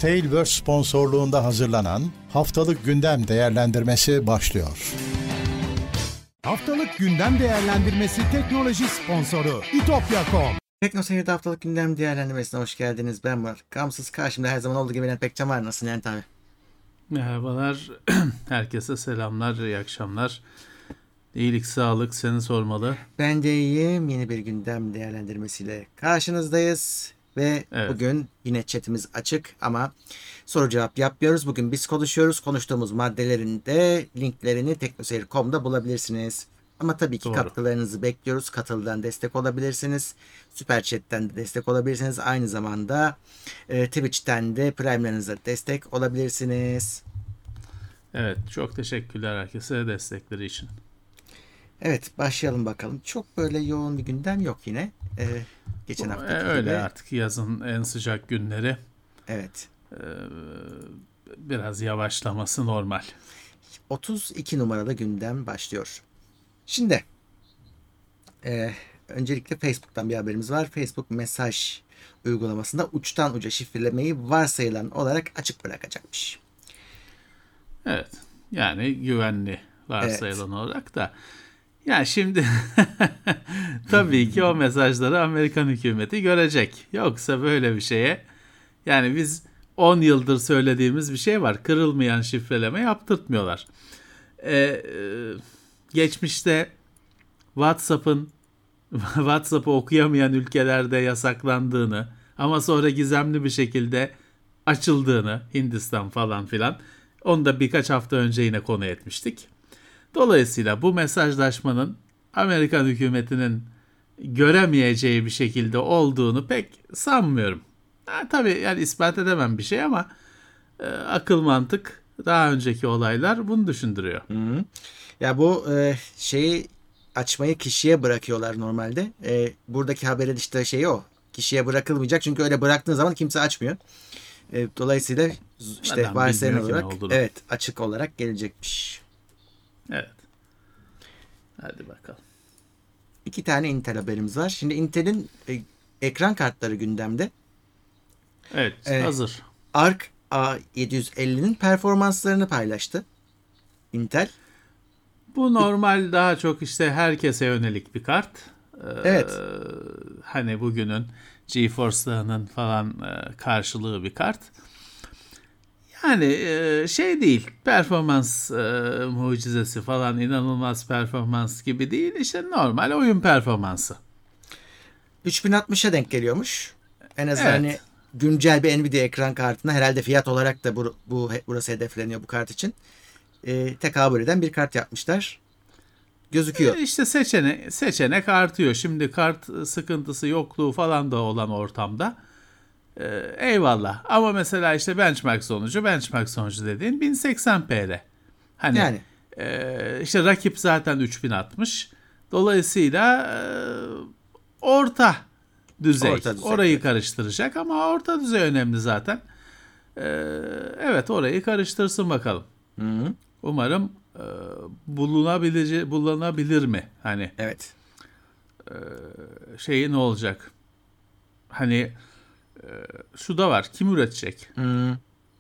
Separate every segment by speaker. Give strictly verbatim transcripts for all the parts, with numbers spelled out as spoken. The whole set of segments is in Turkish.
Speaker 1: Tailverse sponsorluğunda hazırlanan Haftalık Gündem Değerlendirmesi başlıyor.
Speaker 2: Haftalık Gündem Değerlendirmesi teknoloji sponsoru itopya nokta com.
Speaker 3: Teknoseyir'de Haftalık Gündem Değerlendirmesi'ne hoş geldiniz. Ben var. Gamsız karşımda her zaman olduğu gibi Levent Pekcan var. Nasılsın Levent abi?
Speaker 4: Merhabalar. Herkese selamlar, iyi akşamlar. İyilik, sağlık seni sormalı.
Speaker 3: Ben de iyiyim. Yeni bir gündem değerlendirmesiyle karşınızdayız. Ve evet. Bugün yine chatimiz açık ama soru cevap yapmıyoruz. Bugün biz konuşuyoruz. Konuştuğumuz maddelerin de linklerini teknoseyir nokta com'da bulabilirsiniz. Ama tabii ki Doğru. katkılarınızı bekliyoruz. Katıl'dan destek olabilirsiniz. Süper Chat'ten de destek olabilirsiniz. Aynı zamanda e, Twitch'ten de Prime'larınıza destek olabilirsiniz.
Speaker 4: Evet, çok teşekkürler herkese destekleri için.
Speaker 3: Evet, başlayalım bakalım. Çok böyle yoğun bir gündem yok yine. Ee, geçen hafta.
Speaker 4: E, öyle gibi. Artık yazın en sıcak günleri.
Speaker 3: Evet.
Speaker 4: E, biraz yavaşlaması normal.
Speaker 3: otuz iki numaralı gündem başlıyor. Şimdi e, öncelikle Facebook'tan bir haberimiz var. Facebook mesaj uygulamasında uçtan uca şifrelemeyi varsayılan olarak açık bırakacakmış.
Speaker 4: Evet. Yani güvenli varsayılan evet. olarak da. Yani şimdi tabii ki o mesajları Amerikan hükümeti görecek. Yoksa böyle bir şeye yani biz on yıldır söylediğimiz bir şey var. Kırılmayan şifreleme yaptırtmıyorlar. Ee, e, geçmişte WhatsApp'ın WhatsApp'ı okuyamayan ülkelerde yasaklandığını ama sonra gizemli bir şekilde açıldığını Hindistan falan filan onu da birkaç hafta önce yine konu etmiştik. Dolayısıyla bu mesajlaşmanın Amerikan hükümetinin göremeyeceği bir şekilde olduğunu pek sanmıyorum. Ha, tabii yani ispat edemem bir şey ama e, akıl mantık daha önceki olaylar bunu düşündürüyor.
Speaker 3: Hı hı. Ya bu e, şeyi açmayı kişiye bırakıyorlar normalde. E, buradaki haberin işte şeyi o. Kişiye bırakılmayacak çünkü öyle bıraktığın zaman kimse açmıyor. E, dolayısıyla işte varsayılan olarak evet açık olarak gelecekmiş.
Speaker 4: Evet. Hadi bakalım.
Speaker 3: İki tane Intel haberimiz var. Şimdi Intel'in e, ekran kartları gündemde.
Speaker 4: Evet, ee, hazır.
Speaker 3: Arc A yedi yüz ellinin performanslarını paylaştı Intel.
Speaker 4: Bu normal daha çok işte herkese yönelik bir kart. Ee,
Speaker 3: evet.
Speaker 4: Hani bugünün GeForce'larının falan e, karşılığı bir kart. Yani şey değil, performans e, mucizesi falan, inanılmaz performans gibi değil, işte normal oyun performansı.
Speaker 3: üç bin altmışa denk geliyormuş. En azından
Speaker 4: evet.
Speaker 3: hani güncel bir Nvidia ekran kartına herhalde fiyat olarak da bu, bu burası hedefleniyor bu kart için. E, tekabül eden bir kart yapmışlar. Gözüküyor.
Speaker 4: E işte seçenek, seçenek artıyor. Şimdi kart sıkıntısı yokluğu falan da olan ortamda. Ee, eyvallah. Ama mesela işte benchmark sonucu, benchmark sonucu dediğin bin seksen p'de. Hani yani. e, işte rakip zaten üç bin altmış. Dolayısıyla e, orta düzey. Orta düzey. Orayı evet. karıştıracak ama orta düzey önemli zaten. E, evet orayı karıştırsın bakalım.
Speaker 3: Hı-hı.
Speaker 4: Umarım e, bulunabilir, bulunabilir mi? Hani
Speaker 3: evet.
Speaker 4: E, şeyi ne olacak? Hani şu da var. Kim üretecek?
Speaker 3: Hmm.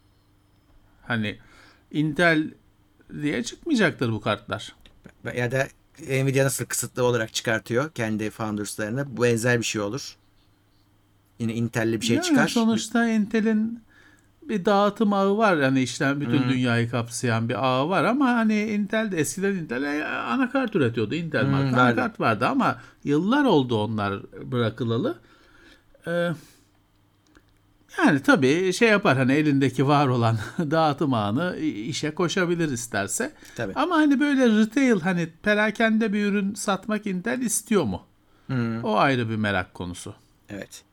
Speaker 4: Hani Intel diye çıkmayacaktır bu kartlar.
Speaker 3: Ya da Nvidia nasıl kısıtlı olarak çıkartıyor kendi founders'larını. Bu benzer bir şey olur. Yine Intel'li bir şey
Speaker 4: yani
Speaker 3: çıkar.
Speaker 4: Sonuçta Intel'in bir dağıtım ağı var. Yani işlem bütün hmm. dünyayı kapsayan bir ağı var ama hani Intel de eskiden Intel anakart üretiyordu. Intel hmm, marka anakart vardı ama yıllar oldu onlar bırakılalı. Ee, Yani tabii şey yapar hani elindeki var olan dağıtım ağını işe koşabilir isterse.
Speaker 3: Tabii.
Speaker 4: Ama hani böyle retail hani perakende bir ürün satmak Intel istiyor mu?
Speaker 3: Hmm.
Speaker 4: O ayrı bir merak konusu.
Speaker 3: Evet.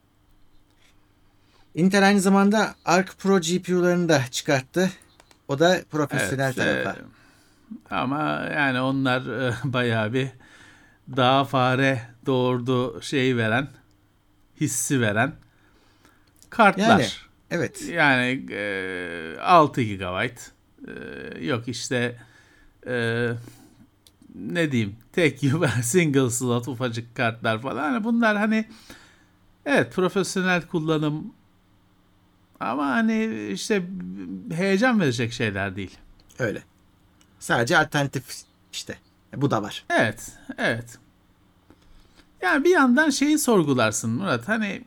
Speaker 3: Intel aynı zamanda Arc Pro G P U'larını da çıkarttı. O da profesyonel evet, tarafa.
Speaker 4: E, ama yani onlar e, bayağı bir dağ fare doğurdu şeyi veren, hissi veren kartlar.
Speaker 3: Yani, evet.
Speaker 4: Yani e, altı gigabayt. E, yok işte e, ne diyeyim tek single slot ufacık kartlar falan. Yani bunlar hani evet profesyonel kullanım Ama hani işte heyecan verecek şeyler değil.
Speaker 3: Öyle. Sadece alternatif işte. Bu da var.
Speaker 4: Evet, evet. Yani bir yandan şeyi sorgularsın Murat. Hani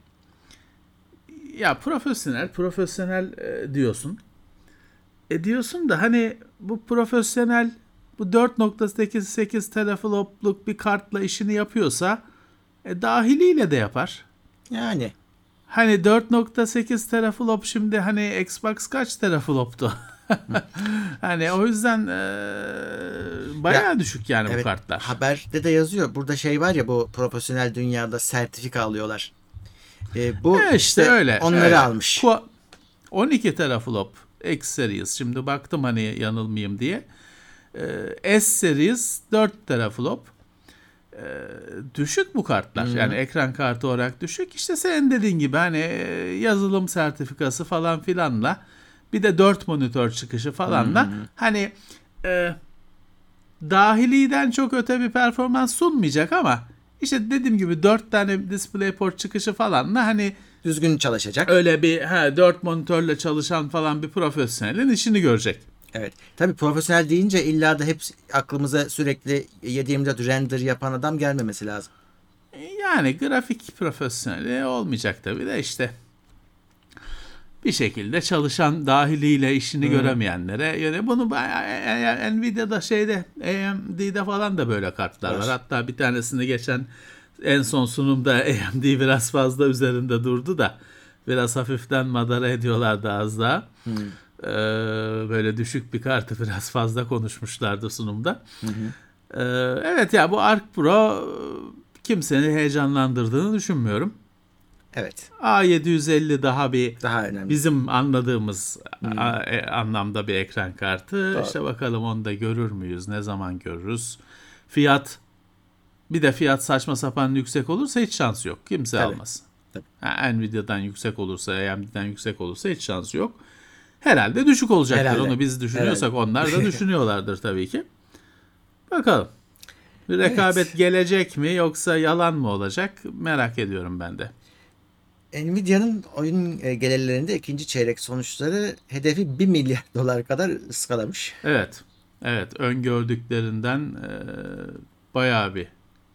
Speaker 4: ya profesyonel, profesyonel e, diyorsun. E diyorsun da hani bu profesyonel bu dört nokta sekiz teraflopluk bir kartla işini yapıyorsa e, dahiliyle de yapar.
Speaker 3: Yani.
Speaker 4: Hani dört nokta sekiz teraflop şimdi hani Xbox kaç terafloptu? Hani o yüzden e, bayağı ya, düşük yani evet, bu kartlar.
Speaker 3: Haberde de yazıyor. Burada şey var ya, bu profesyonel dünyada sertifika alıyorlar. E, bu e işte, işte öyle. Onları öyle. Almış.
Speaker 4: on iki teraflop X series. Şimdi baktım hani yanılmayayım diye. E, S series dört teraflop. E, düşük bu kartlar. Hmm. Yani ekran kartı olarak düşük. İşte senin dediğin gibi hani yazılım sertifikası falan filanla bir de dört monitör çıkışı falanla hmm. hani e, dahiliden çok öte bir performans sunmayacak ama işte dediğim gibi dört tane DisplayPort çıkışı falanla hani
Speaker 3: düzgün çalışacak.
Speaker 4: Öyle bir he, dört monitörle çalışan falan bir profesyonelin işini görecek.
Speaker 3: Evet. Tabii profesyonel deyince illa da hep aklımıza sürekli yedi yirmi dört render yapan adam gelmemesi lazım.
Speaker 4: Yani grafik profesyoneli olmayacak tabii de işte bir şekilde çalışan dahiliyle işini hmm. göremeyenlere. Yani bunu Nvidia'da şeyde A M D'de falan da böyle kartlar var. Hatta bir tanesini geçen en son sunumda A M D biraz fazla üzerinde durdu da biraz hafiften madara ediyorlardı az daha. Hmm. Ee, böyle düşük bir kartı biraz fazla konuşmuşlardı sunumda. Hı hı. Ee, evet ya bu Arc Pro kimsenin heyecanlandırdığını düşünmüyorum.
Speaker 3: Evet.
Speaker 4: A yedi yüz elli daha bir
Speaker 3: daha önemli.
Speaker 4: Bizim anladığımız hmm. a, e, anlamda bir ekran kartı. Doğru. İşte bakalım onu da görür müyüz? Ne zaman görürüz? Fiyat bir de fiyat saçma sapan yüksek olursa hiç şansı yok. Kimse Tabii. almaz. Tabii. Ha, Nvidia'dan yüksek olursa, A M D'den yüksek olursa hiç şansı yok. Herhalde düşük olacaktır. Herhalde. Onu biz düşünüyorsak Herhalde. Onlar da düşünüyorlardır tabii ki. Bakalım. Bir rekabet evet. gelecek mi yoksa yalan mı olacak? Merak ediyorum ben de.
Speaker 3: Nvidia'nın oyun gelirlerinde ikinci çeyrek sonuçları hedefi bir milyar dolar kadar ıskalamış.
Speaker 4: Evet. Evet. Öngördüklerinden e, bayağı bir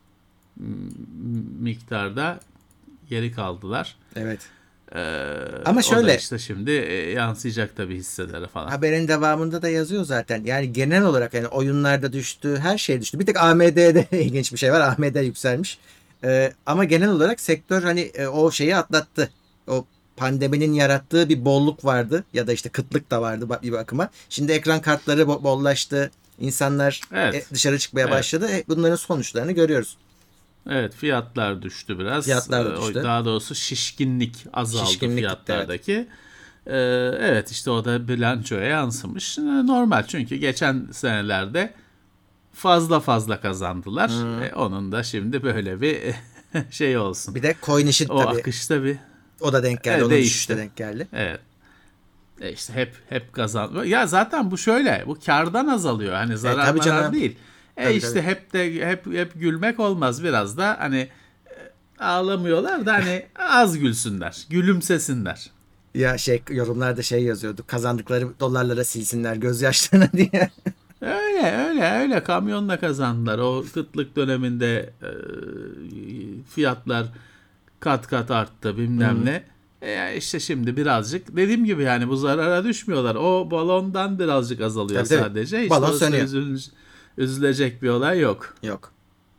Speaker 4: miktarda geri kaldılar.
Speaker 3: Evet.
Speaker 4: Ee,
Speaker 3: Ama şöyle.
Speaker 4: O da işte şimdi yansıyacak tabii hisselere falan.
Speaker 3: Haberin devamında da yazıyor zaten. Yani genel olarak yani oyunlarda düştü, her şey düştü. Bir tek A M D'de ilginç bir şey var. A M D yükselmiş. Ee, ama genel olarak sektör hani e, o şeyi atlattı. O pandeminin yarattığı bir bolluk vardı ya da işte kıtlık da vardı bir bakıma. Şimdi ekran kartları bo- bollaştı. İnsanlar evet. e, dışarı çıkmaya evet. başladı. E, bunların sonuçlarını görüyoruz.
Speaker 4: Evet, fiyatlar düştü biraz.
Speaker 3: Fiyatlar düştü.
Speaker 4: Daha doğrusu şişkinlik azaldı şişkinlik fiyatlardaki. Gitti, evet. Ee, evet işte o da bilançoya yansımış. Normal çünkü geçen senelerde fazla fazla kazandılar. Hmm. E, onun da şimdi böyle bir şey olsun.
Speaker 3: Bir de coin işi
Speaker 4: o
Speaker 3: tabii.
Speaker 4: akışta bir.
Speaker 3: O da denk geldi.
Speaker 4: E,
Speaker 3: Onun düşüşte denk geldi.
Speaker 4: Evet. E işte hep hep kazan. Ya zaten bu şöyle. Bu kardan azalıyor. Hani zarardan e, değil. E tabii, işte tabii. hep de hep hep gülmek olmaz, biraz da hani ağlamıyorlar da hani az gülsünler, gülümsesinler.
Speaker 3: Ya şey yorumlarda şey yazıyordu. Kazandıkları dolarlara silsinler gözyaşlarına diye.
Speaker 4: Öyle öyle öyle kamyonla kazandılar. O kıtlık döneminde e, fiyatlar kat kat arttı bilmem hmm. ne. E işte şimdi birazcık dediğim gibi yani bu zarara düşmüyorlar. O balondan birazcık azalıyor tabii, sadece. İşte
Speaker 3: balon sönüyor.
Speaker 4: Üzül, üzülecek bir olay yok.
Speaker 3: Yok.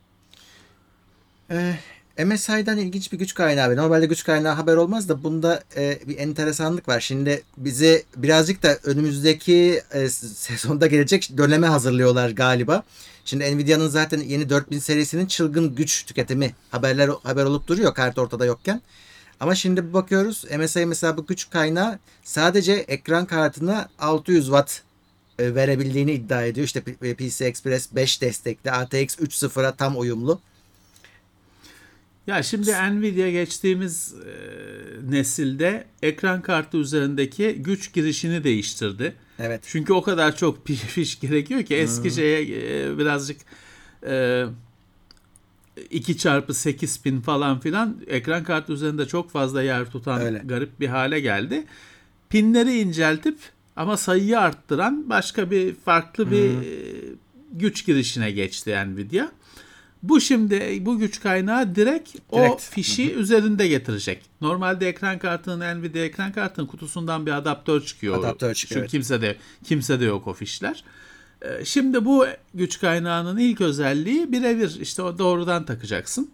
Speaker 3: Ee, M S I'dan ilginç bir güç kaynağı. Normalde güç kaynağı haber olmaz da bunda e, bir enteresanlık var. Şimdi bizi birazcık da önümüzdeki e, sezonda gelecek döneme hazırlıyorlar galiba. Şimdi Nvidia'nın zaten yeni dört bin serisinin çılgın güç tüketimi haberler haber olup duruyor kart ortada yokken. Ama şimdi bakıyoruz M S I mesela bu güç kaynağı sadece ekran kartına altı yüz watt e, verebildiğini iddia ediyor. İşte P C Express beş destekli, A T X üç nokta sıfıra tam uyumlu.
Speaker 4: Ya şimdi Nvidia geçtiğimiz e, nesilde ekran kartı üzerindeki güç girişini değiştirdi.
Speaker 3: Evet.
Speaker 4: Çünkü o kadar çok fiş gerekiyor ki eski hmm. şeye e, birazcık e, iki çarpı sekiz pin falan filan ekran kartı üzerinde çok fazla yer tutan Öyle. garip bir hale geldi. pinleri inceltip ama sayıyı arttıran başka bir farklı bir hmm. güç girişine geçti Nvidia. Bu şimdi bu güç kaynağı direkt, direkt. o fişi Hı-hı. üzerinde getirecek. Normalde ekran kartının Nvidia ekran kartının kutusundan bir adaptör çıkıyor.
Speaker 3: Adaptör çıkıyor.
Speaker 4: Çünkü
Speaker 3: evet.
Speaker 4: kimsede kimsede yok o fişler. Şimdi bu güç kaynağının ilk özelliği birebir işte o doğrudan takacaksın.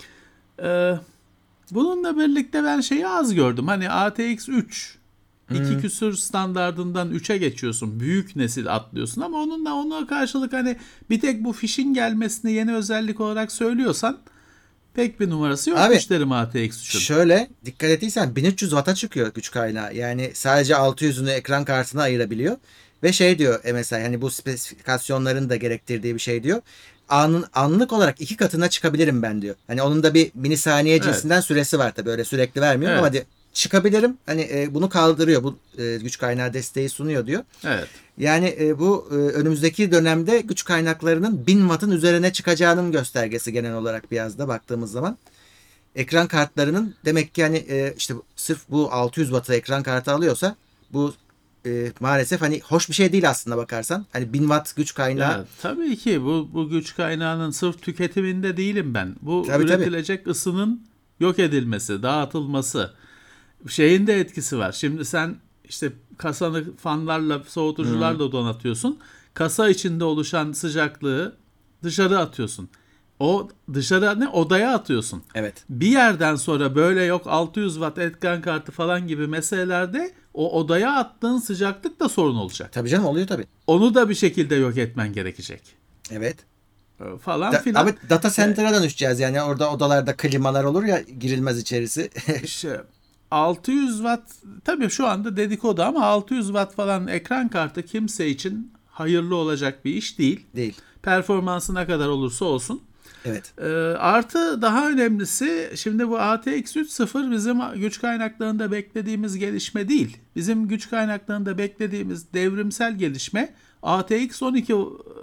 Speaker 4: Bununla birlikte ben şeyi az gördüm. Hani A T X üç iki hmm. küsür standardından üçe geçiyorsun. Büyük nesil atlıyorsun ama onunla ona karşılık hani bir tek bu fişin gelmesini yeni özellik olarak söylüyorsan pek bir numarası yokmuş derim A T X üçün.
Speaker 3: Şöyle dikkat ettiysen bin üç yüz watt'a çıkıyor güç kaynağı. Yani sadece altı yüzünü ekran kartına ayırabiliyor. Ve şey diyor M S I, hani bu spesifikasyonların da gerektirdiği bir şey diyor. Anın, anlık olarak iki katına çıkabilirim ben diyor. Hani onun da bir milisaniye cinsinden evet. süresi var tabii, öyle sürekli vermiyor evet. ama hadi çıkabilirim. Hani e, bunu kaldırıyor. Bu e, güç kaynağı desteği sunuyor diyor.
Speaker 4: Evet.
Speaker 3: Yani e, bu e, önümüzdeki dönemde güç kaynaklarının bin wattın üzerine çıkacağının göstergesi genel olarak biraz da baktığımız zaman. Ekran kartlarının demek ki hani e, işte sırf bu altı yüz wattı ekran kartı alıyorsa bu e, maalesef hani hoş bir şey değil aslında bakarsan. Hani bin watt güç kaynağı.
Speaker 4: Ya, tabii ki bu bu güç kaynağının sırf tüketiminde değilim ben. Bu tabii, üretilecek tabii. ısının yok edilmesi, dağıtılması. Şeyin de etkisi var. Şimdi sen işte kasanı fanlarla, soğutucularla hmm. donatıyorsun. Kasa içinde oluşan sıcaklığı dışarı atıyorsun. O dışarı ne? Odaya atıyorsun.
Speaker 3: Evet.
Speaker 4: Bir yerden sonra böyle yok altı yüz watt ekran kartı falan gibi meselelerde o odaya attığın sıcaklık da sorun olacak.
Speaker 3: Tabii canım, oluyor tabii.
Speaker 4: Onu da bir şekilde yok etmen gerekecek.
Speaker 3: Evet.
Speaker 4: Falan
Speaker 3: da,
Speaker 4: filan.
Speaker 3: Abi data center'a dönüşeceğiz yani. Orada odalarda klimalar olur ya, girilmez içerisi.
Speaker 4: İşte altı yüz watt tabii şu anda dedikodu ama altı yüz watt falan ekran kartı kimse için hayırlı olacak bir iş değil.
Speaker 3: Değil.
Speaker 4: Performansı ne kadar olursa olsun.
Speaker 3: Evet.
Speaker 4: Ee, artı daha önemlisi şimdi bu A T X üç nokta sıfır bizim güç kaynaklarında beklediğimiz gelişme değil. Bizim güç kaynaklarında beklediğimiz devrimsel gelişme A T X on iki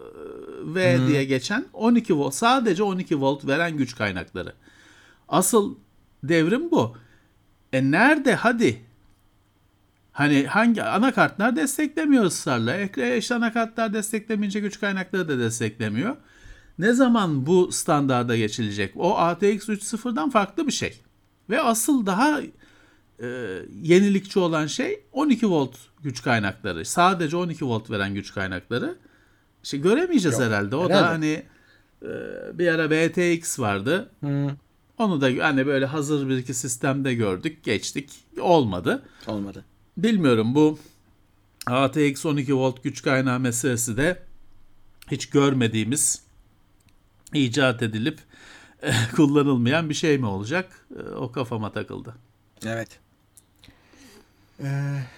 Speaker 4: V hmm. diye geçen on iki volt, sadece on iki volt veren güç kaynakları. Asıl devrim bu. E nerede hadi? Hani hangi anakartlar desteklemiyor ısrarla. E işte anakartlar desteklemeyince güç kaynakları da desteklemiyor. Ne zaman bu standarda geçilecek? O A T X üç nokta sıfırdan farklı bir şey. Ve asıl daha e, yenilikçi olan şey on iki volt güç kaynakları. Sadece on iki volt veren güç kaynakları. İşte göremeyeceğiz Yok, herhalde. O herhalde. da hani e, bir ara B T X vardı. Hmm. Onu da hani böyle hazır bir iki sistemde gördük, geçtik. Olmadı.
Speaker 3: Olmadı.
Speaker 4: Bilmiyorum, bu A T X on iki volt güç kaynağı meselesi de hiç görmediğimiz, icat edilip e, kullanılmayan bir şey mi olacak? E, o kafama takıldı.
Speaker 3: Evet. Ee,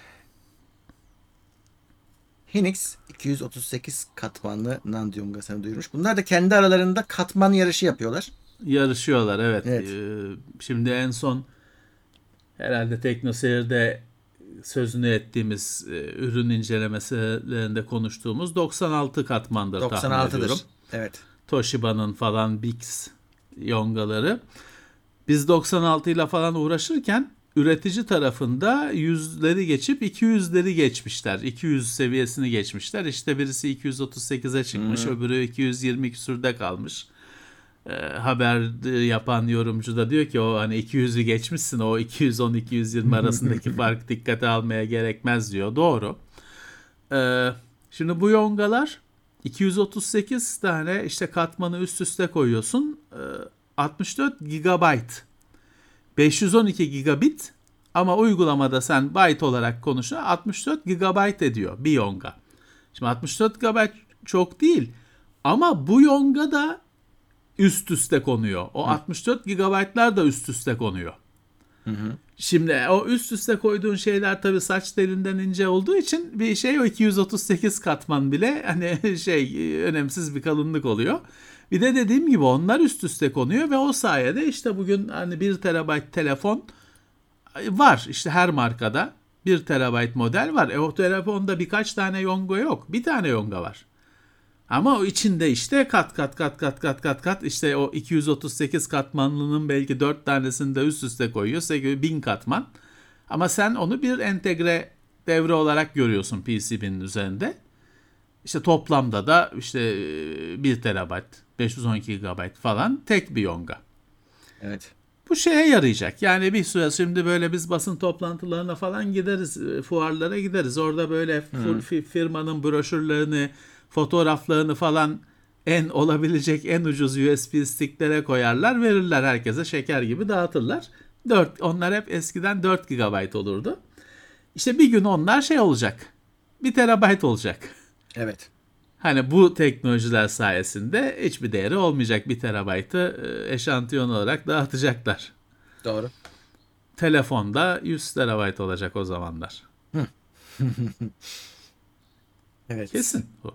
Speaker 3: Hynix iki yüz otuz sekiz katmanlı Nandium gasını duyurmuş. Bunlar da kendi aralarında katman yarışı yapıyorlar.
Speaker 4: Yarışıyorlar evet.
Speaker 3: evet.
Speaker 4: Ee, şimdi en son herhalde TeknoSeyir'de sözünü ettiğimiz e, ürün incelemelerinde konuştuğumuz doksan altı katmandır
Speaker 3: doksan altıdır. Tahmin ediyorum. Evet.
Speaker 4: Toshiba'nın falan Bix yongaları. Biz doksan altı ile falan uğraşırken üretici tarafında yüzleri geçip iki yüzleri geçmişler. iki yüz seviyesini geçmişler. İşte birisi iki yüz otuz sekize çıkmış, hmm. öbürü iki yüz yirmi küsürde kalmış. E, haber yapan yorumcu da diyor ki o hani iki yüzü geçmişsin, o iki yüz on iki yüz yirmi arasındaki fark dikkate almaya gerekmez diyor. Doğru. E, şimdi bu yongalar iki yüz otuz sekiz tane işte katmanı üst üste koyuyorsun. E, altmış dört gigabayt. beş yüz on iki gigabit ama uygulamada sen byte olarak konuşuyor. altmış dört gigabayt ediyor bir yonga. Şimdi altmış dört gigabayt çok değil ama bu yonga da üst üste konuyor. O Hı. altmış dört gigabaytlar da üst üste konuyor. Hı hı. Şimdi o üst üste koyduğun şeyler tabii saç telinden ince olduğu için bir şey, o iki yüz otuz sekiz katman bile hani şey önemsiz bir kalınlık oluyor. Bir de dediğim gibi onlar üst üste konuyor ve o sayede işte bugün hani bir terabayt telefon var. İşte her markada bir terabayt model var. E o telefonda birkaç tane yonga yok. Bir tane yonga var. Ama o içinde işte kat kat kat kat kat kat kat işte o iki yüz otuz sekiz katmanlının belki dört tanesini de üst üste koyuyor. bin katman. Ama sen onu bir entegre devre olarak görüyorsun P C B'nin üzerinde. İşte toplamda da işte bir terabayt, beş yüz on iki gigabayt falan tek bir yonga.
Speaker 3: Evet.
Speaker 4: Bu şeye yarayacak. Yani bir süre şimdi böyle biz basın toplantılarına falan gideriz, fuarlara gideriz. Orada böyle hmm. firmanın broşürlerini, fotoğraflarını falan en olabilecek en ucuz U S B sticklere koyarlar, verirler herkese, şeker gibi dağıtırlar. dört onlar hep eskiden dört gigabayt olurdu. İşte bir gün onlar şey olacak. bir terabayt olacak.
Speaker 3: Evet.
Speaker 4: Hani bu teknolojiler sayesinde hiçbir değeri olmayacak, bir terabaytı eşantiyon olarak dağıtacaklar.
Speaker 3: Doğru.
Speaker 4: Telefonda yüz terabayt olacak o zamanlar.
Speaker 3: Evet.
Speaker 4: Kesin bu.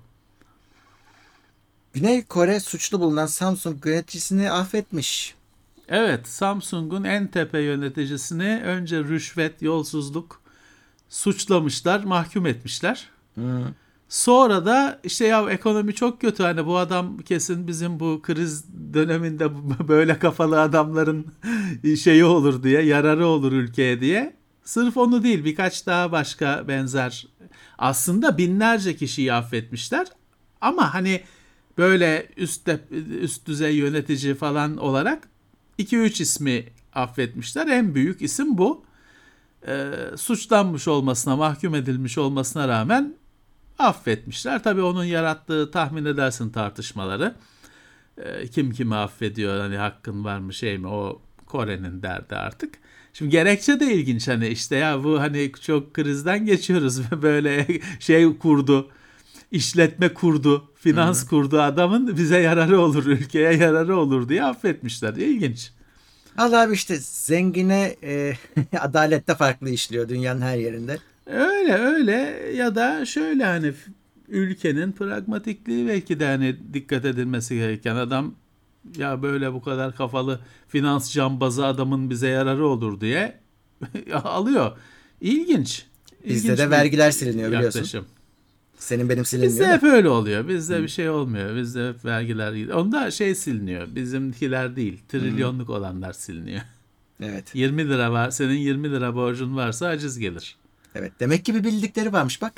Speaker 3: Güney Kore suçlu bulunan Samsung yöneticisini affetmiş.
Speaker 4: Evet, Samsung'un en tepe yöneticisini önce rüşvet, yolsuzluk suçlamışlar, mahkum etmişler.
Speaker 3: Hı.
Speaker 4: Sonra da işte ya ekonomi çok kötü, hani bu adam kesin bizim bu kriz döneminde böyle kafalı adamların şeyi olur diye, yararı olur ülkeye diye. Sırf onu değil, birkaç daha başka benzer, aslında binlerce kişiyi affetmişler. Ama hani böyle üst, üst düzey yönetici falan olarak iki üç ismi affetmişler. En büyük isim bu. Ee, suçlanmış olmasına, mahkum edilmiş olmasına rağmen affetmişler. Tabii onun yarattığı, tahmin edersin, tartışmaları. Ee, kim kimi affediyor, hani hakkın var mı şey mi, o Kore'nin derdi artık. Şimdi gerekçe de ilginç, hani işte ya bu hani çok krizden geçiyoruz ve böyle şey kurdu, işletme kurdu, finans Hı-hı. kurdu adamın, bize yararı olur, ülkeye yararı olur diye affetmişler. İlginç.
Speaker 3: Allah abi, işte zengine e, adalette farklı işliyor dünyanın her yerinde.
Speaker 4: Öyle öyle ya da şöyle, hani ülkenin pragmatikliği belki de hani dikkat edilmesi gereken, adam ya böyle bu kadar kafalı finans cambazı adamın bize yararı olur diye alıyor. İlginç.
Speaker 3: Bizde İlginç de vergiler siliniyor biliyorsun.
Speaker 4: Yaklaşım.
Speaker 3: Senin benim silinmiyor.
Speaker 4: Bizde hep öyle oluyor. Bizde Hı. bir şey olmuyor. Bizde hep vergiler gidiyor. Onda şey siliniyor. Bizimkiler değil. Trilyonluk Hı. olanlar siliniyor.
Speaker 3: Evet.
Speaker 4: yirmi lira var. Senin yirmi lira borcun varsa aciz gelir.
Speaker 3: Evet. Demek ki bir bildikleri varmış bak.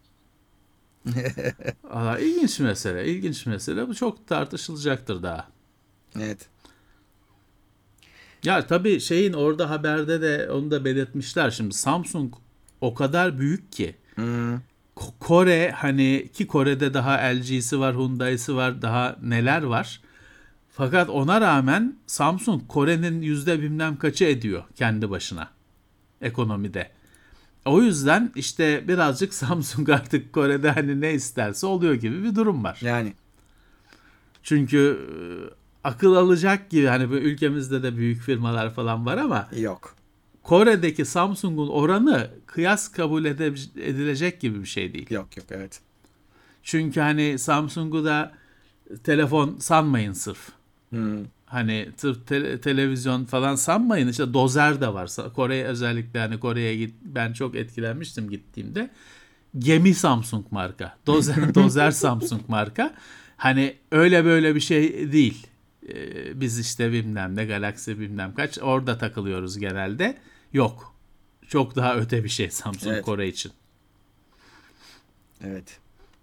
Speaker 4: Aa, ilginç mesele. İlginç mesele. Bu çok tartışılacaktır daha.
Speaker 3: Evet.
Speaker 4: Ya tabii şeyin orada haberde de onu da belirtmişler. Şimdi Samsung o kadar büyük ki.
Speaker 3: Hmm.
Speaker 4: Kore, hani ki Kore'de daha L G'si var, Hyundai'si var, daha neler var. Fakat ona rağmen Samsung Kore'nin yüzde bilmem kaçı ediyor kendi başına ekonomide. O yüzden işte birazcık Samsung artık Kore'de hani ne isterse oluyor gibi bir durum var.
Speaker 3: Yani.
Speaker 4: Çünkü akıl alacak gibi, hani bu ülkemizde de büyük firmalar falan var ama
Speaker 3: yok.
Speaker 4: Kore'deki Samsung'un oranı kıyas kabul edilecek gibi bir şey değil.
Speaker 3: Yok yok evet.
Speaker 4: Çünkü hani Samsung'u da telefon sanmayın sırf.
Speaker 3: Hmm.
Speaker 4: Hani sırf te- televizyon falan sanmayın. İşte dozer de var. Kore'ye özellikle, hani Kore'ye git, ben çok etkilenmiştim gittiğimde. Gemi Samsung marka. Dozer, dozer Samsung marka. Hani öyle böyle bir şey değil. Ee, biz işte bilmem ne Galaxy bilmem kaç orada takılıyoruz genelde. Yok. Çok daha öte bir şey Samsung evet. Kore için.
Speaker 3: Evet.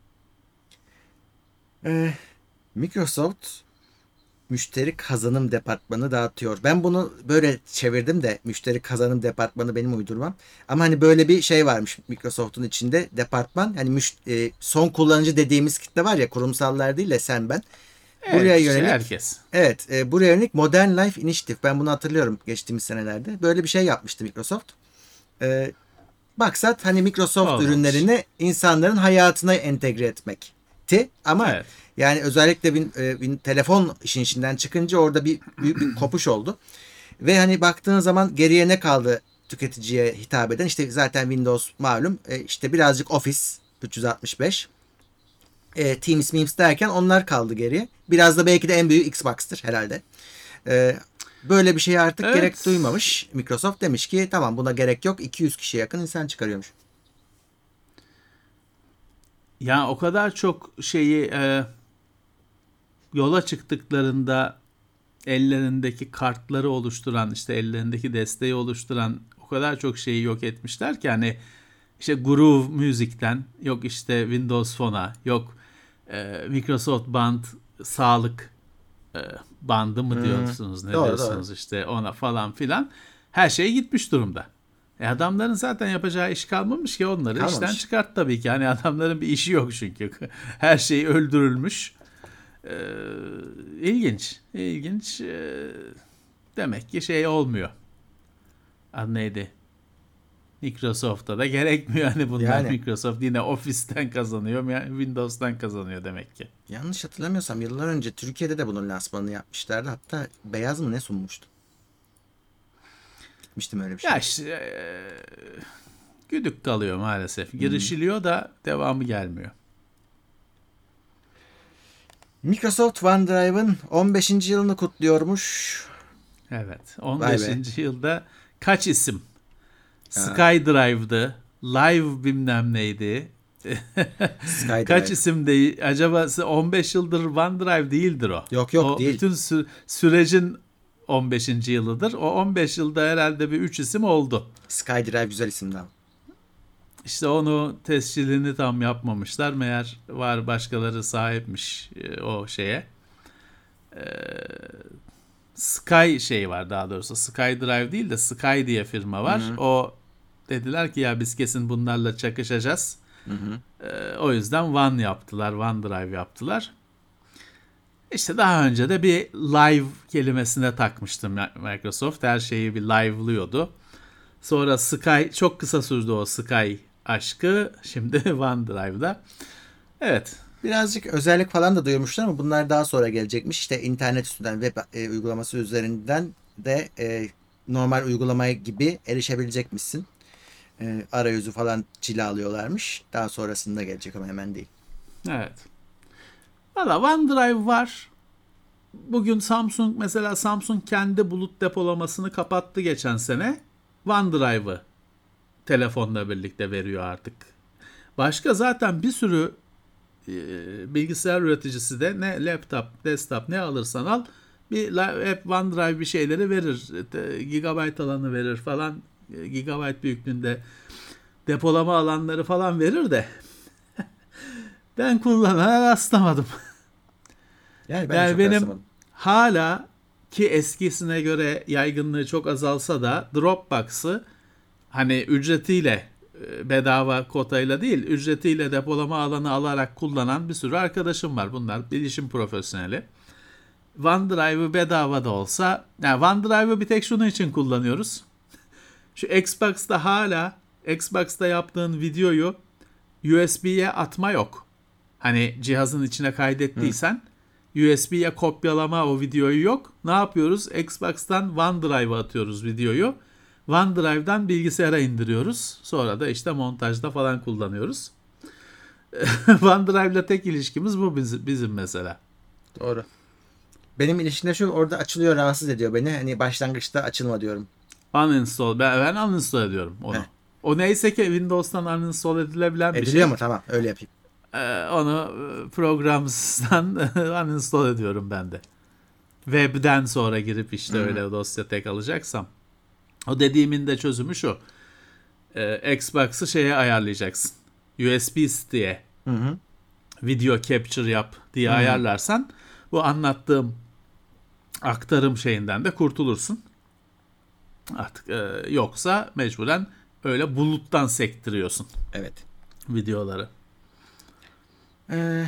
Speaker 3: Ee, Microsoft müşteri kazanım departmanı dağıtıyor. Ben bunu böyle çevirdim de müşteri kazanım departmanı benim uydurmam. Ama hani böyle bir şey varmış Microsoft'un içinde departman. Hani müş- e, son kullanıcı dediğimiz kitle var ya, kurumsallar değil de sen ben.
Speaker 4: Evet, buraya yönelik herkes.
Speaker 3: Evet, e, buraya yönelik Modern Life Initiative. Ben bunu hatırlıyorum geçtiğimiz senelerde. Böyle bir şey yapmıştı Microsoft. E, maksat hani Microsoft Olmuş. ürünlerini insanların hayatına entegre etmekti. Ama evet. yani özellikle bir, bir telefon işin içinden çıkınca orada bir büyük bir kopuş oldu. Ve hani baktığın zaman geriye ne kaldı tüketiciye hitap eden? İşte zaten Windows malum. E, işte birazcık Office üç yüz altmış beş. E, Teams, Memes derken onlar kaldı geriye. Biraz da belki de en büyük Xbox'tır herhalde. E, böyle bir şeye artık evet. gerek duymamış. Microsoft demiş ki tamam, buna gerek yok. iki yüz kişiye yakın insan çıkarıyormuş.
Speaker 4: Ya o kadar çok şeyi e, yola çıktıklarında ellerindeki kartları oluşturan, işte ellerindeki desteği oluşturan o kadar çok şeyi yok etmişler ki hani işte Groove Music'ten, yok işte Windows Phone'a, yok e, Microsoft Band sağlık e, bandı mı diyorsunuz, ne
Speaker 3: doğru,
Speaker 4: diyorsunuz
Speaker 3: doğru.
Speaker 4: işte ona falan filan, her şey gitmiş durumda. E adamların zaten yapacağı iş kalmamış ki, onları
Speaker 3: Kalmamış.
Speaker 4: işten çıkart tabii ki. Hani adamların bir işi yok çünkü. Her şey öldürülmüş. Ee, ilginç. İlginç. Ee, demek ki şey olmuyor. Adı neydi? Microsoft'a da gerekmiyor. Hani bunlar
Speaker 3: Yani.
Speaker 4: Microsoft yine Office'ten kazanıyor. Yani Windows'tan kazanıyor demek ki.
Speaker 3: Yanlış hatırlamıyorsam yıllar önce Türkiye'de de bunun lansmanını yapmışlardı. Hatta Beyaz mı ne sunmuştu? Gitmiştim öyle bir şey.
Speaker 4: Ya işte ee, güdük kalıyor maalesef. Girişiliyor da devamı gelmiyor.
Speaker 3: Microsoft OneDrive'ın on beşinci yılını kutluyormuş.
Speaker 4: Evet. on beşinci yılda kaç isim?
Speaker 3: Ha.
Speaker 4: SkyDrive'dı. Live bilmem neydi.
Speaker 3: SkyDrive.
Speaker 4: Kaç isim değil? Acaba on beş yıldır OneDrive değildir o.
Speaker 3: Yok yok
Speaker 4: o
Speaker 3: değil.
Speaker 4: Bütün sü- sürecin on beşinci yılıdır. O on beş yılda herhalde bir üç isim oldu.
Speaker 3: SkyDrive güzel isimdi.
Speaker 4: İşte onu tescilini tam yapmamışlar. Meğer var, başkaları sahipmiş e, o şeye. E, Sky şey var daha doğrusu. SkyDrive değil de Sky diye firma var. Hı hı. O dediler ki ya biz kesin bunlarla çakışacağız. Hı hı. E, o yüzden One yaptılar. OneDrive yaptılar. İşte daha önce de bir live kelimesine takmıştım Microsoft. Her şeyi bir live'lıyordu. Sonra Sky, çok kısa sürdü o Sky aşkı. Şimdi OneDrive'da. Evet.
Speaker 3: Birazcık özellik falan da duyurmuşlar ama bunlar daha sonra gelecekmiş. İşte internet üstünden, web e, uygulaması üzerinden de e, normal uygulamaya gibi erişebilecekmişsin. E, arayüzü falan cilalıyorlarmış. Daha sonrasında gelecek ama hemen değil.
Speaker 4: Evet. Valla OneDrive var. Bugün Samsung mesela Samsung kendi bulut depolamasını kapattı geçen sene. OneDrive'ı telefonla birlikte veriyor artık. Başka zaten bir sürü e, bilgisayar üreticisi de ne laptop, desktop ne alırsan al bir hep OneDrive bir şeyleri verir. E, gigabyte alanı verir falan. E, gigabyte büyüklüğünde depolama alanları falan verir de ben kullanana rastlamadım.
Speaker 3: Yani, ben
Speaker 4: yani benim
Speaker 3: rastlamadım.
Speaker 4: hala ki eskisine göre yaygınlığı çok azalsa da Dropbox'ı hani ücretiyle, bedava kotayla değil, ücretiyle depolama alanı alarak kullanan bir sürü arkadaşım var. Bunlar bilişim profesyoneli. OneDrive'ı bedava da olsa, yani OneDrive'ı bir tek şunun için kullanıyoruz. Şu Xbox'ta hala, Xbox'ta yaptığın videoyu U S B'ye atma yok. Hani cihazın içine kaydettiysen Hı. U S B'ye kopyalama o videoyu yok. Ne yapıyoruz? Xbox'tan OneDrive'a atıyoruz videoyu. OneDrive'dan bilgisayara indiriyoruz. Sonra da işte montajda falan kullanıyoruz. OneDrive'la tek ilişkimiz bu bizim, bizim mesela.
Speaker 3: Doğru. Benim ilişkimde şu, orada açılıyor, rahatsız ediyor beni. Hani başlangıçta açılma diyorum.
Speaker 4: Uninstall. Ben, ben uninstall ediyorum onu. Heh. O neyse ki Windows'tan uninstall edilebilen bir şey.
Speaker 3: Ediliyor mu? Tamam. Öyle yapayım.
Speaker 4: Ee, onu Programs'tan uninstall ediyorum ben de. Web'den sonra girip işte Hı-hı. öyle dosya tek alacaksam. O dediğimin de çözümü şu. Ee, Xbox'ı şeye ayarlayacaksın. U S B diye Hı-hı. video capture yap diye Hı-hı. ayarlarsan bu anlattığım aktarım şeyinden de kurtulursun. Artık e, yoksa mecburen öyle buluttan sektiriyorsun.
Speaker 3: Evet.
Speaker 4: Videoları.
Speaker 3: Ee,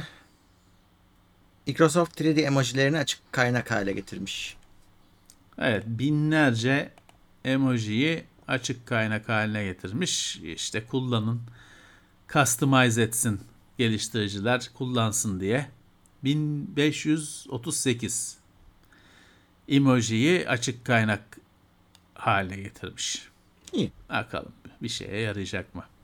Speaker 3: Microsoft üç D emojilerini açık kaynak hale getirmiş.
Speaker 4: Evet, binlerce emojiyi açık kaynak haline getirmiş. İşte kullanın, customize etsin geliştiriciler, kullansın diye. bin beş yüz otuz sekiz emojiyi açık kaynak haline getirmiş.
Speaker 3: İyi.
Speaker 4: Bakalım bir şeye yarayacak mı?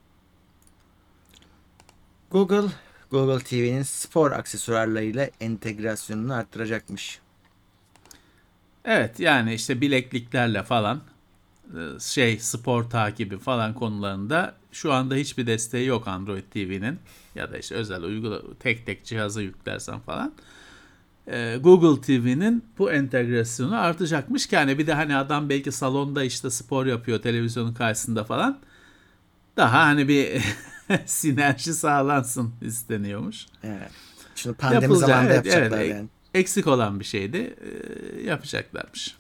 Speaker 3: Google, Google T V'nin spor aksesuarlarıyla entegrasyonunu arttıracakmış.
Speaker 4: Evet, yani işte bilekliklerle falan şey spor takibi falan konularında şu anda hiçbir desteği yok Android T V'nin ya da işte özel uygula tek tek cihaza yüklersen falan. Ee, Google T V'nin bu entegrasyonu artacakmış ki hani bir de hani adam belki salonda işte spor yapıyor televizyonun karşısında falan. daha hani bir sinerji sağlansın isteniyormuş.
Speaker 3: Evet. Şunu pandemi
Speaker 4: Yapılacak,
Speaker 3: zamanında
Speaker 4: evet,
Speaker 3: yapacaklar
Speaker 4: evet.
Speaker 3: yani.
Speaker 4: Eksik olan bir şeydi. E, yapacaklarmış.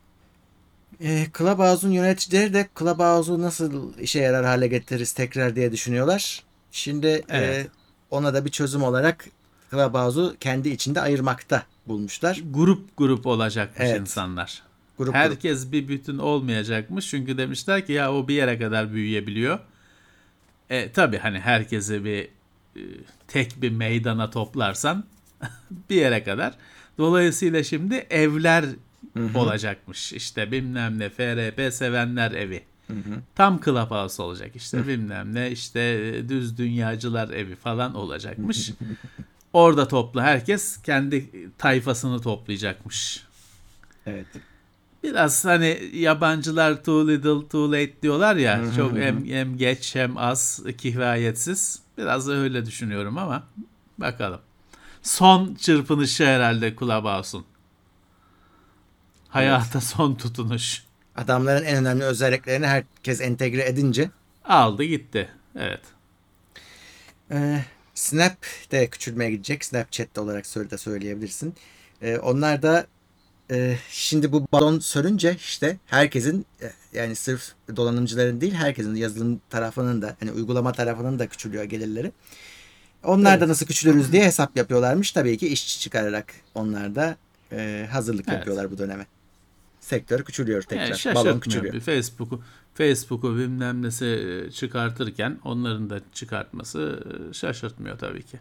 Speaker 3: E, Clubhouse'un yöneticileri de Clubhouse'u nasıl işe yarar hale getiririz tekrar diye düşünüyorlar. Şimdi
Speaker 4: Evet.
Speaker 3: e, ona da bir çözüm olarak Clubhouse'u kendi içinde ayırmakta bulmuşlar.
Speaker 4: Grup grup olacakmış
Speaker 3: Evet.
Speaker 4: insanlar.
Speaker 3: Grup
Speaker 4: Herkes
Speaker 3: grup.
Speaker 4: bir bütün olmayacakmış. Çünkü demişler ki ya o bir yere kadar büyüyebiliyor. E, tabii hani herkesi bir e, tek bir meydana toplarsan bir yere kadar. Dolayısıyla şimdi evler
Speaker 3: Hı-hı.
Speaker 4: olacakmış. İşte bilmem ne F R P sevenler evi.
Speaker 3: Hı-hı.
Speaker 4: Tam Clubhouse olacak işte Hı. bilmem ne işte düz dünyacılar evi falan olacakmış. Orada toplu herkes kendi tayfasını toplayacakmış.
Speaker 3: Evet.
Speaker 4: Biraz hani yabancılar too little too late diyorlar ya,
Speaker 3: Hı hı
Speaker 4: çok
Speaker 3: hı.
Speaker 4: hem, hem geç hem az kifayetsiz. Biraz da öyle düşünüyorum ama bakalım. Son çırpınışı herhalde Clubhouse'un. Hayata evet. Son tutunuş.
Speaker 3: Adamların en önemli özelliklerini herkes entegre edince
Speaker 4: aldı gitti. Evet.
Speaker 3: Ee, Snap de küçülmeye gidecek. Snapchat olarak söyle de söyleyebilirsin. Ee, onlar da e, şimdi bu balon sönünce işte herkesin yani sırf donanımcıların değil herkesin yazılım tarafının da hani uygulama tarafının da küçülüyor gelirleri. Onlar evet. da nasıl küçülürüz diye hesap yapıyorlarmış. Tabii ki işçi çıkararak onlar da e, hazırlık evet. yapıyorlar bu döneme. Sektör küçülüyor tekrar.
Speaker 4: Yani
Speaker 3: balon küçülüyor.
Speaker 4: Bir Facebook'u Facebook'u bilmem nesi çıkartırken onların da çıkartması şaşırtmıyor tabii ki.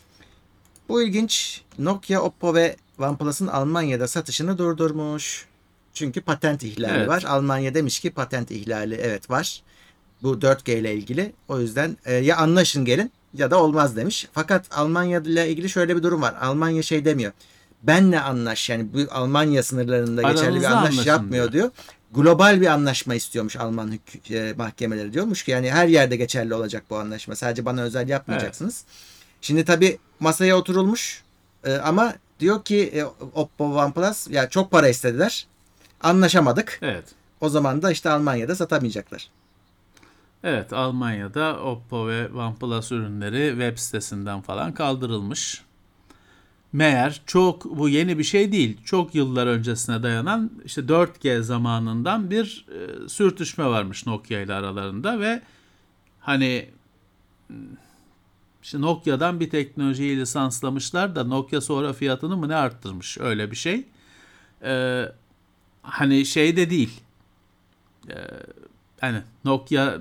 Speaker 3: Bu ilginç. Nokia, Oppo ve OnePlus'ın Almanya'da satışını durdurmuş. Çünkü patent ihlali evet. var. Almanya demiş ki patent ihlali evet var. Bu dört G ile ilgili. O yüzden e, ya anlaşın gelin ya da olmaz demiş. Fakat Almanya ile ilgili şöyle bir durum var. Almanya şey demiyor. Benle anlaş yani bu Almanya sınırlarında
Speaker 4: aranızda
Speaker 3: geçerli bir anlaş yapmıyor diyor.
Speaker 4: diyor.
Speaker 3: Global bir anlaşma istiyormuş Alman hük- e, mahkemeleri diyormuş ki yani her yerde geçerli olacak bu anlaşma. Sadece bana özel yapmayacaksınız. Evet. Şimdi tabii masaya oturulmuş e, ama diyor ki e, Oppo, OnePlus ya çok para istediler. Anlaşamadık.
Speaker 4: Evet.
Speaker 3: O zaman da işte Almanya'da satamayacaklar.
Speaker 4: Evet, Almanya'da Oppo ve OnePlus ürünleri web sitesinden falan kaldırılmış. Meğer çok bu yeni bir şey değil. Çok yıllar öncesine dayanan işte dört G zamanından bir e, sürtüşme varmış Nokia ile aralarında ve hani işte Nokia'dan bir teknolojiyi lisanslamışlar da Nokia sonra fiyatını mı ne arttırmış öyle bir şey. Ee, hani şey de değil. Ee, hani Nokia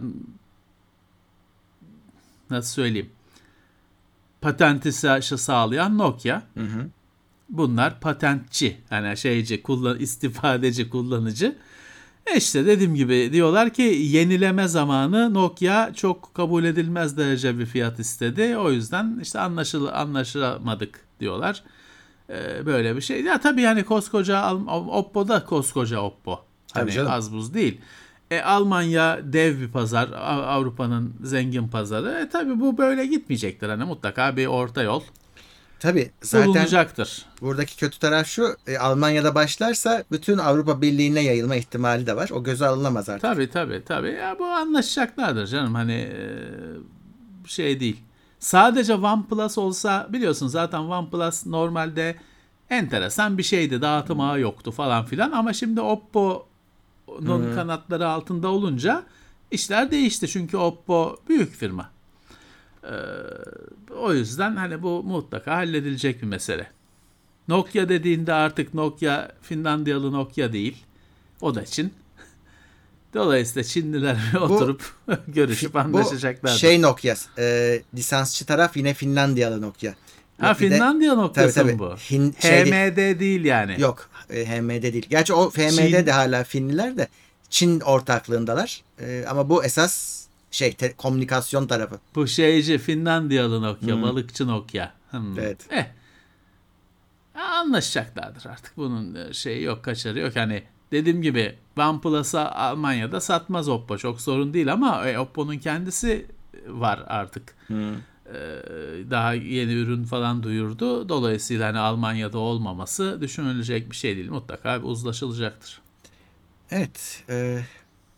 Speaker 4: nasıl söyleyeyim? Patenti sağlayan Nokia.
Speaker 3: Hı hı.
Speaker 4: Bunlar patentçi. Yani şeyci, kullan, istifadeci, kullanıcı. E işte dediğim gibi diyorlar ki yenileme zamanı Nokia çok kabul edilmez derece bir fiyat istedi. O yüzden işte anlaşıl anlaşılamadık diyorlar. Ee, böyle bir şey. Ya tabii yani koskoca Oppo da koskoca Oppo. Hani az buz değil. E, Almanya dev bir pazar. Avrupa'nın zengin pazarı. E tabii bu böyle gitmeyecektir. Hani mutlaka bir orta yol.
Speaker 3: Tabii zaten
Speaker 4: bulunacaktır.
Speaker 3: Buradaki kötü taraf şu. E, Almanya'da başlarsa bütün Avrupa Birliği'ne yayılma ihtimali de var. O göze alınamaz artık.
Speaker 4: Tabii tabii tabii. Ya bu anlaşacaklardır canım. Hani e, şey değil. Sadece OnePlus olsa biliyorsun zaten OnePlus normalde enteresan bir şeydi. Dağıtım ağı yoktu falan filan ama şimdi Oppo'nun hmm. kanatları altında olunca işler değişti. Çünkü Oppo büyük firma. Ee, o yüzden hani bu mutlaka halledilecek bir mesele. Nokia dediğinde artık Nokia Finlandiyalı Nokia değil. O da Çin. Dolayısıyla Çinliler oturup bu, görüşüp anlaşacaklar.
Speaker 3: Şey Nokia, e, lisansçı taraf yine Finlandiyalı Nokia.
Speaker 4: Ha Finlandiya Nokia'sı
Speaker 3: tabii, tabii.
Speaker 4: bu.
Speaker 3: Hin,
Speaker 4: H M D değil yani.
Speaker 3: Yok, e, H M D değil. Gerçi o F M D Çin, de hala Finliler de Çin ortaklığındalar. E, ama bu esas şey te, komünikasyon tarafı.
Speaker 4: Bu şeyci Finlandiyalı Nokia, hmm. balıkçı Nokia. Hmm.
Speaker 3: Evet.
Speaker 4: Eh. Anlaşacaklardır artık. Bunun şeyi yok, kaçarı yok. Hani dediğim gibi OnePlus'a Almanya'da satmaz Oppo. Çok sorun değil ama e, Oppo'nun kendisi var artık.
Speaker 3: Hmm.
Speaker 4: Ee, daha yeni ürün falan duyurdu. Dolayısıyla hani Almanya'da olmaması düşünülecek bir şey değil. Mutlaka bir uzlaşılacaktır.
Speaker 3: Evet. E,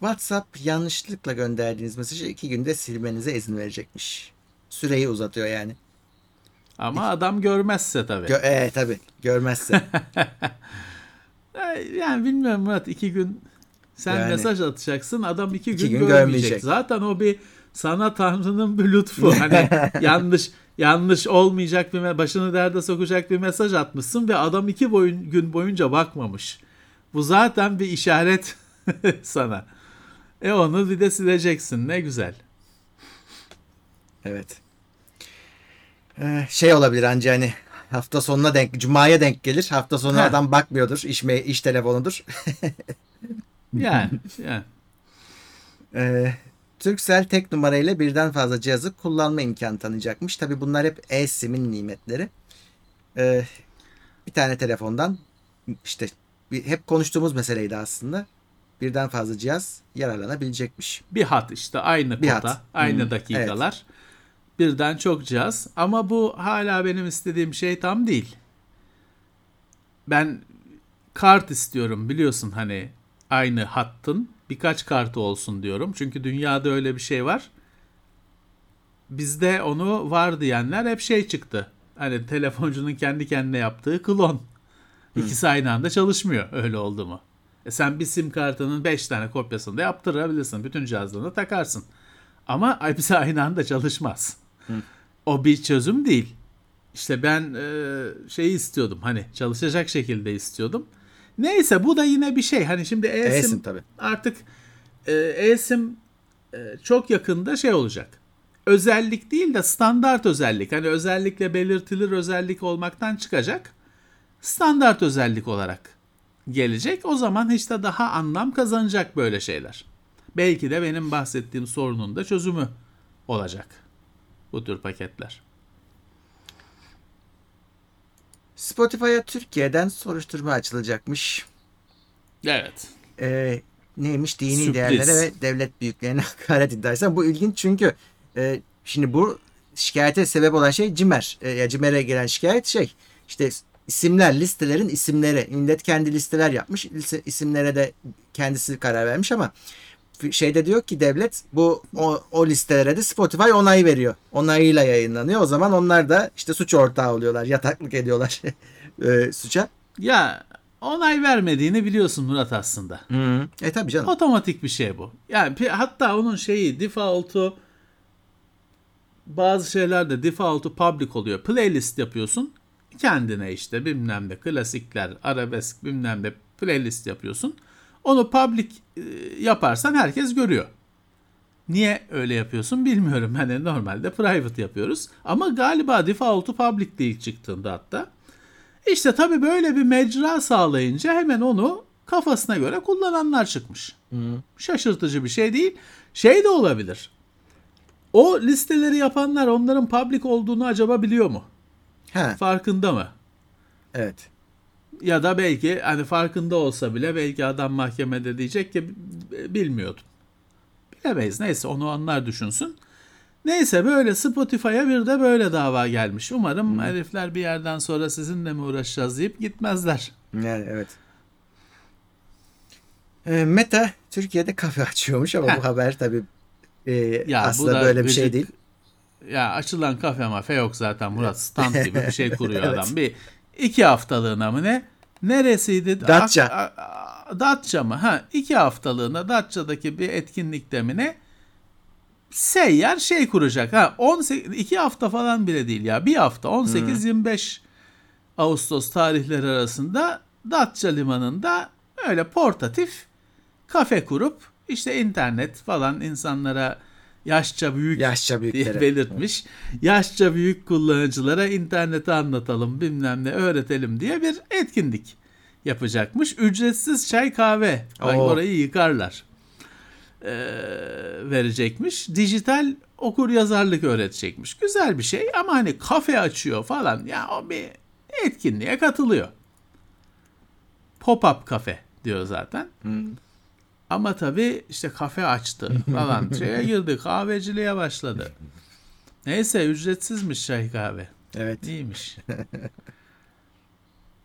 Speaker 3: WhatsApp yanlışlıkla gönderdiğiniz mesajı iki günde silmenize izin verecekmiş. Süreyi uzatıyor yani.
Speaker 4: Ama adam görmezse tabii.
Speaker 3: Gö- evet tabii. Görmezse.
Speaker 4: Yani bilmiyorum Murat, iki gün sen
Speaker 3: Yani,
Speaker 4: mesaj atacaksın, adam iki,
Speaker 3: iki
Speaker 4: gün,
Speaker 3: gün
Speaker 4: görmeyecek.
Speaker 3: görmeyecek.
Speaker 4: Zaten o bir sana Tanrı'nın bir lütfu. Hani yanlış yanlış olmayacak bir me- başını derde sokacak bir mesaj atmışsın ve adam iki boyun, gün boyunca bakmamış. Bu zaten bir işaret sana. E onu bir de sileceksin. Ne güzel.
Speaker 3: Evet. Ee, şey olabilir anca hani hafta sonuna denk, cumaya denk gelir. Hafta sonu
Speaker 4: Heh.
Speaker 3: adam bakmıyordur. İş, me- iş telefonudur.
Speaker 4: Yani, yani.
Speaker 3: Ee, Turkcell tek numarayla birden fazla cihazı kullanma imkanı tanıyacakmış. Tabii bunlar hep eSIM'in nimetleri. Ee, bir tane telefondan işte bir, hep konuştuğumuz meseleydi aslında. Birden fazla cihaz yararlanabilecekmiş.
Speaker 4: Bir hat işte, aynı
Speaker 3: Bir
Speaker 4: kota,
Speaker 3: hat.
Speaker 4: aynı
Speaker 3: Hmm,
Speaker 4: dakikalar. Birden çok cihaz. Ama bu hala benim istediğim şey tam değil. Ben kart istiyorum, biliyorsun, hani aynı hattın birkaç kartı olsun diyorum. Çünkü dünyada öyle bir şey var. Bizde onu var diyenler hep şey çıktı. Hani telefoncunun kendi kendine yaptığı klon. İkisi aynı anda çalışmıyor, öyle oldu mu? E sen bir sim kartının beş tane kopyasını da yaptırabilirsin. Bütün cihazlarını takarsın. Ama hepsi aynı anda çalışmaz.
Speaker 3: Hı.
Speaker 4: O bir çözüm değil. İşte ben e, şeyi istiyordum. Hani çalışacak şekilde istiyordum. Neyse, bu da yine bir şey. Hani şimdi eSIM,
Speaker 3: eSIM tabii.
Speaker 4: artık e, eSIM e, çok yakında şey olacak. Özellik değil de standart özellik. Hani özellikle belirtilir özellik olmaktan çıkacak. Standart özellik olarak gelecek. O zaman işte daha anlam kazanacak böyle şeyler. Belki de benim bahsettiğim sorunun da çözümü olacak bu tür paketler.
Speaker 3: Spotify'a Türkiye'den soruşturma açılacakmış.
Speaker 4: Evet.
Speaker 3: Ee, neymiş? Dini
Speaker 4: Sürpriz.
Speaker 3: değerlere ve devlet büyüklerine hakaret iddiası. Bu ilginç çünkü e, şimdi bu şikayete sebep olan şey Cimer. E, ya Cimer'e gelen şikayet şey işte isimler, listelerin isimleri. Millet kendi listeler yapmış. Lise, isimlere de kendisi karar vermiş ama şeyde diyor ki devlet bu o, o listelere de Spotify onay veriyor. Onayıyla yayınlanıyor. O zaman onlar da işte suç ortağı oluyorlar. Yataklık ediyorlar e, suça.
Speaker 4: Ya onay vermediğini biliyorsun Murat aslında.
Speaker 3: Hı. E tabii canım.
Speaker 4: Otomatik bir şey bu. Yani hatta onun şeyi default'u, bazı şeylerde default'u public oluyor. Playlist yapıyorsun. Kendine işte bilmem ne klasikler, arabesk bilmem ne playlist yapıyorsun. Onu public e, yaparsan herkes görüyor. Niye öyle yapıyorsun bilmiyorum. Hani normalde private yapıyoruz. Ama galiba default'u public değil çıktığında hatta. İşte tabii böyle bir mecra sağlayınca hemen onu kafasına göre kullananlar çıkmış.
Speaker 3: Hı.
Speaker 4: Şaşırtıcı bir şey değil. Şey de olabilir. O listeleri yapanlar onların public olduğunu acaba biliyor mu?
Speaker 3: Ha,
Speaker 4: Farkında mı?
Speaker 3: evet.
Speaker 4: Ya da belki hani farkında olsa bile belki adam mahkemede diyecek ki bilmiyordum. Bilemeyiz. Neyse, onu onlar düşünsün. Neyse, böyle Spotify'a bir de böyle dava gelmiş. Umarım hmm. herifler bir yerden sonra sizinle mi uğraşacağız deyip gitmezler.
Speaker 3: Yani evet. E, Meta Türkiye'de kafe açıyormuş ama
Speaker 4: Heh.
Speaker 3: bu haber tabii e,
Speaker 4: Ya,
Speaker 3: aslında
Speaker 4: bu da
Speaker 3: böyle bir
Speaker 4: gıcık.
Speaker 3: şey değil.
Speaker 4: Ya açılan kafe mafe yok zaten Murat. Stand gibi bir şey kuruyor
Speaker 3: Evet.
Speaker 4: adam. Bir iki haftalığına mı ne? Neresiydi?
Speaker 3: Datça.
Speaker 4: A- a- Datça mı? Ha, iki haftalığına Datça'daki bir etkinlikte mi ne? Seyyar şey kuracak. Ha, on sekiz, iki hafta falan bile değil ya. Bir hafta on sekiz yirmi beş Ağustos tarihleri arasında Datça limanında öyle portatif kafe kurup işte internet falan insanlara yaşça büyük
Speaker 3: Yaşça
Speaker 4: diye
Speaker 3: büyüklere.
Speaker 4: belirtmiş. Yaşça büyük kullanıcılara interneti anlatalım, bilmem ne öğretelim diye bir etkinlik yapacakmış. Ücretsiz çay kahve. Ay,
Speaker 3: Oo.
Speaker 4: orayı yıkarlar. Ee, verecekmiş. Dijital okur yazarlık öğretecekmiş. Güzel bir şey ama hani kafe açıyor falan. Ya o bir etkinliğe katılıyor. Pop-up kafe diyor zaten.
Speaker 3: Hmm.
Speaker 4: Ama tabii işte kafe açtı falan. Şeye girdi, kahveciliğe başladı. Neyse, ücretsizmiş çay kahve.
Speaker 3: Evet.
Speaker 4: İyiymiş.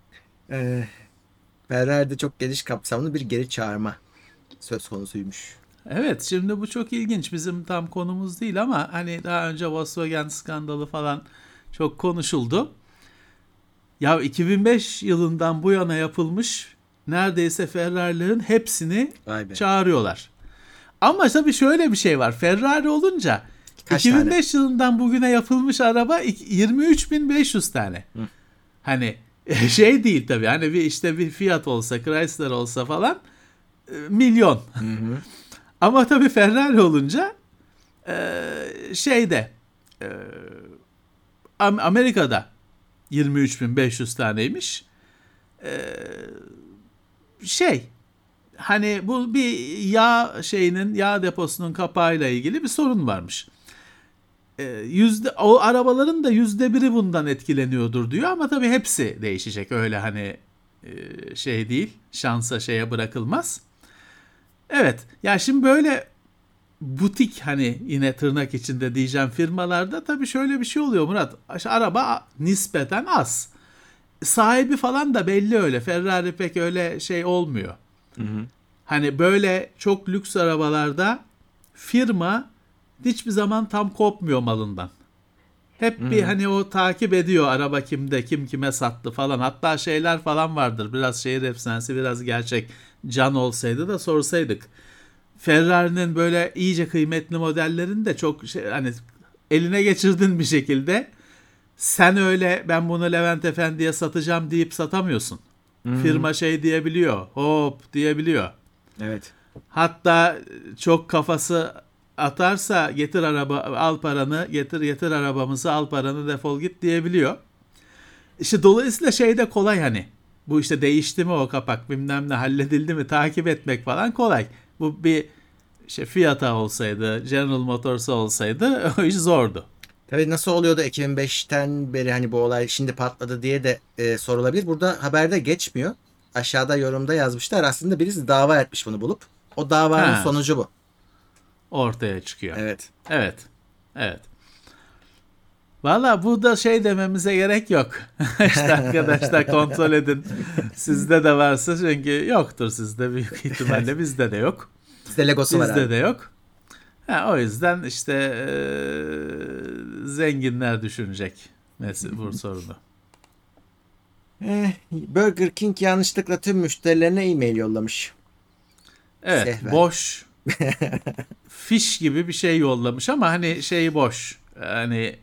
Speaker 3: E, Ferrari'de çok geniş kapsamlı bir geri çağırma söz konusuymuş.
Speaker 4: Evet, şimdi bu çok ilginç. Bizim tam konumuz değil ama hani daha önce Volkswagen skandalı falan çok konuşuldu. Ya iki bin beş yılından bu yana yapılmış neredeyse Ferrari'lerin hepsini çağırıyorlar. Ama tabii şöyle bir şey var. Ferrari olunca Kaç iki bin beş tane? Yılından bugüne yapılmış araba yirmi üç bin beş yüz tane. Hı. Hani şey değil tabii. Hani bir işte bir Fiat olsa, Chrysler olsa falan milyon. Hı hı. Ama tabii Ferrari olunca şeyde Amerika'da yirmi üç bin beş yüz taneymiş. Şey hani bu bir yağ şeyinin yağ deposunun kapağıyla ilgili bir sorun varmış. Yüzde, o arabaların da yüzde biri bundan etkileniyordur diyor ama tabii hepsi değişecek. Öyle hani şey değil, şansa şeye bırakılmaz. Evet, ya şimdi böyle butik hani yine tırnak içinde diyeceğim firmalarda tabii şöyle bir şey oluyor Murat. Araba nispeten az. Sahibi falan da belli öyle. Ferrari pek öyle şey olmuyor. Hı hı. Hani böyle çok lüks arabalarda firma hiçbir zaman tam kopmuyor malından. Hep hmm. bir hani o takip ediyor araba kimde, kim kime sattı falan. Hatta şeyler falan vardır. Biraz şehir efsanesi, biraz gerçek. Can olsaydı da sorsaydık. Ferrari'nin böyle iyice kıymetli modellerini de çok şey, hani eline geçirdin bir şekilde. Sen öyle ben bunu Levent Efendi'ye satacağım deyip satamıyorsun. Hmm. Firma şey diyebiliyor. Hop diyebiliyor.
Speaker 3: Evet.
Speaker 4: Hatta çok kafası atarsa getir araba al paranı, getir getir arabamızı al paranı defol git diyebiliyor. İşte dolayısıyla şey de kolay hani. Bu işte değişti mi o kapak bilmem ne halledildi mi takip etmek falan kolay. Bu bir işte Fiat'a olsaydı, General Motors'a olsaydı o iş zordu.
Speaker 3: Tabii nasıl oluyordu iki bin beşten beri hani bu olay şimdi patladı diye de e, sorulabilir. Burada haberde geçmiyor. Aşağıda yorumda yazmışlar. Aslında birisi dava etmiş bunu bulup. O davanın ha. sonucu bu.
Speaker 4: Ortaya çıkıyor.
Speaker 3: Evet.
Speaker 4: Evet. Evet. Valla bu da şey dememize gerek yok. İşte arkadaşlar kontrol edin. Sizde de varsa çünkü yoktur sizde büyük ihtimalle bizde de yok.
Speaker 3: Bizde Legosu var.
Speaker 4: Bizde de yok. Ha, o yüzden işte e, zenginler düşünecek bu sorunu.
Speaker 3: Eh, Burger King yanlışlıkla tüm müşterilerine e-mail yollamış.
Speaker 4: Evet, Sehven. Boş fiş gibi bir şey yollamış ama hani şey boş. Hani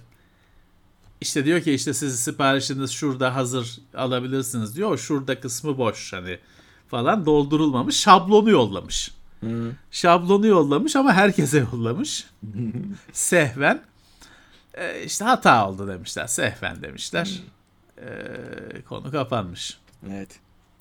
Speaker 4: işte diyor ki işte siz siparişiniz şurada hazır alabilirsiniz diyor. Şurada kısmı boş hani falan doldurulmamış. Şablonu yollamış. Hmm. Şablonu yollamış ama herkese yollamış. Sehven. Ee, işte hata oldu demişler. Sehven demişler. Ee, konu kapanmış.
Speaker 3: Evet.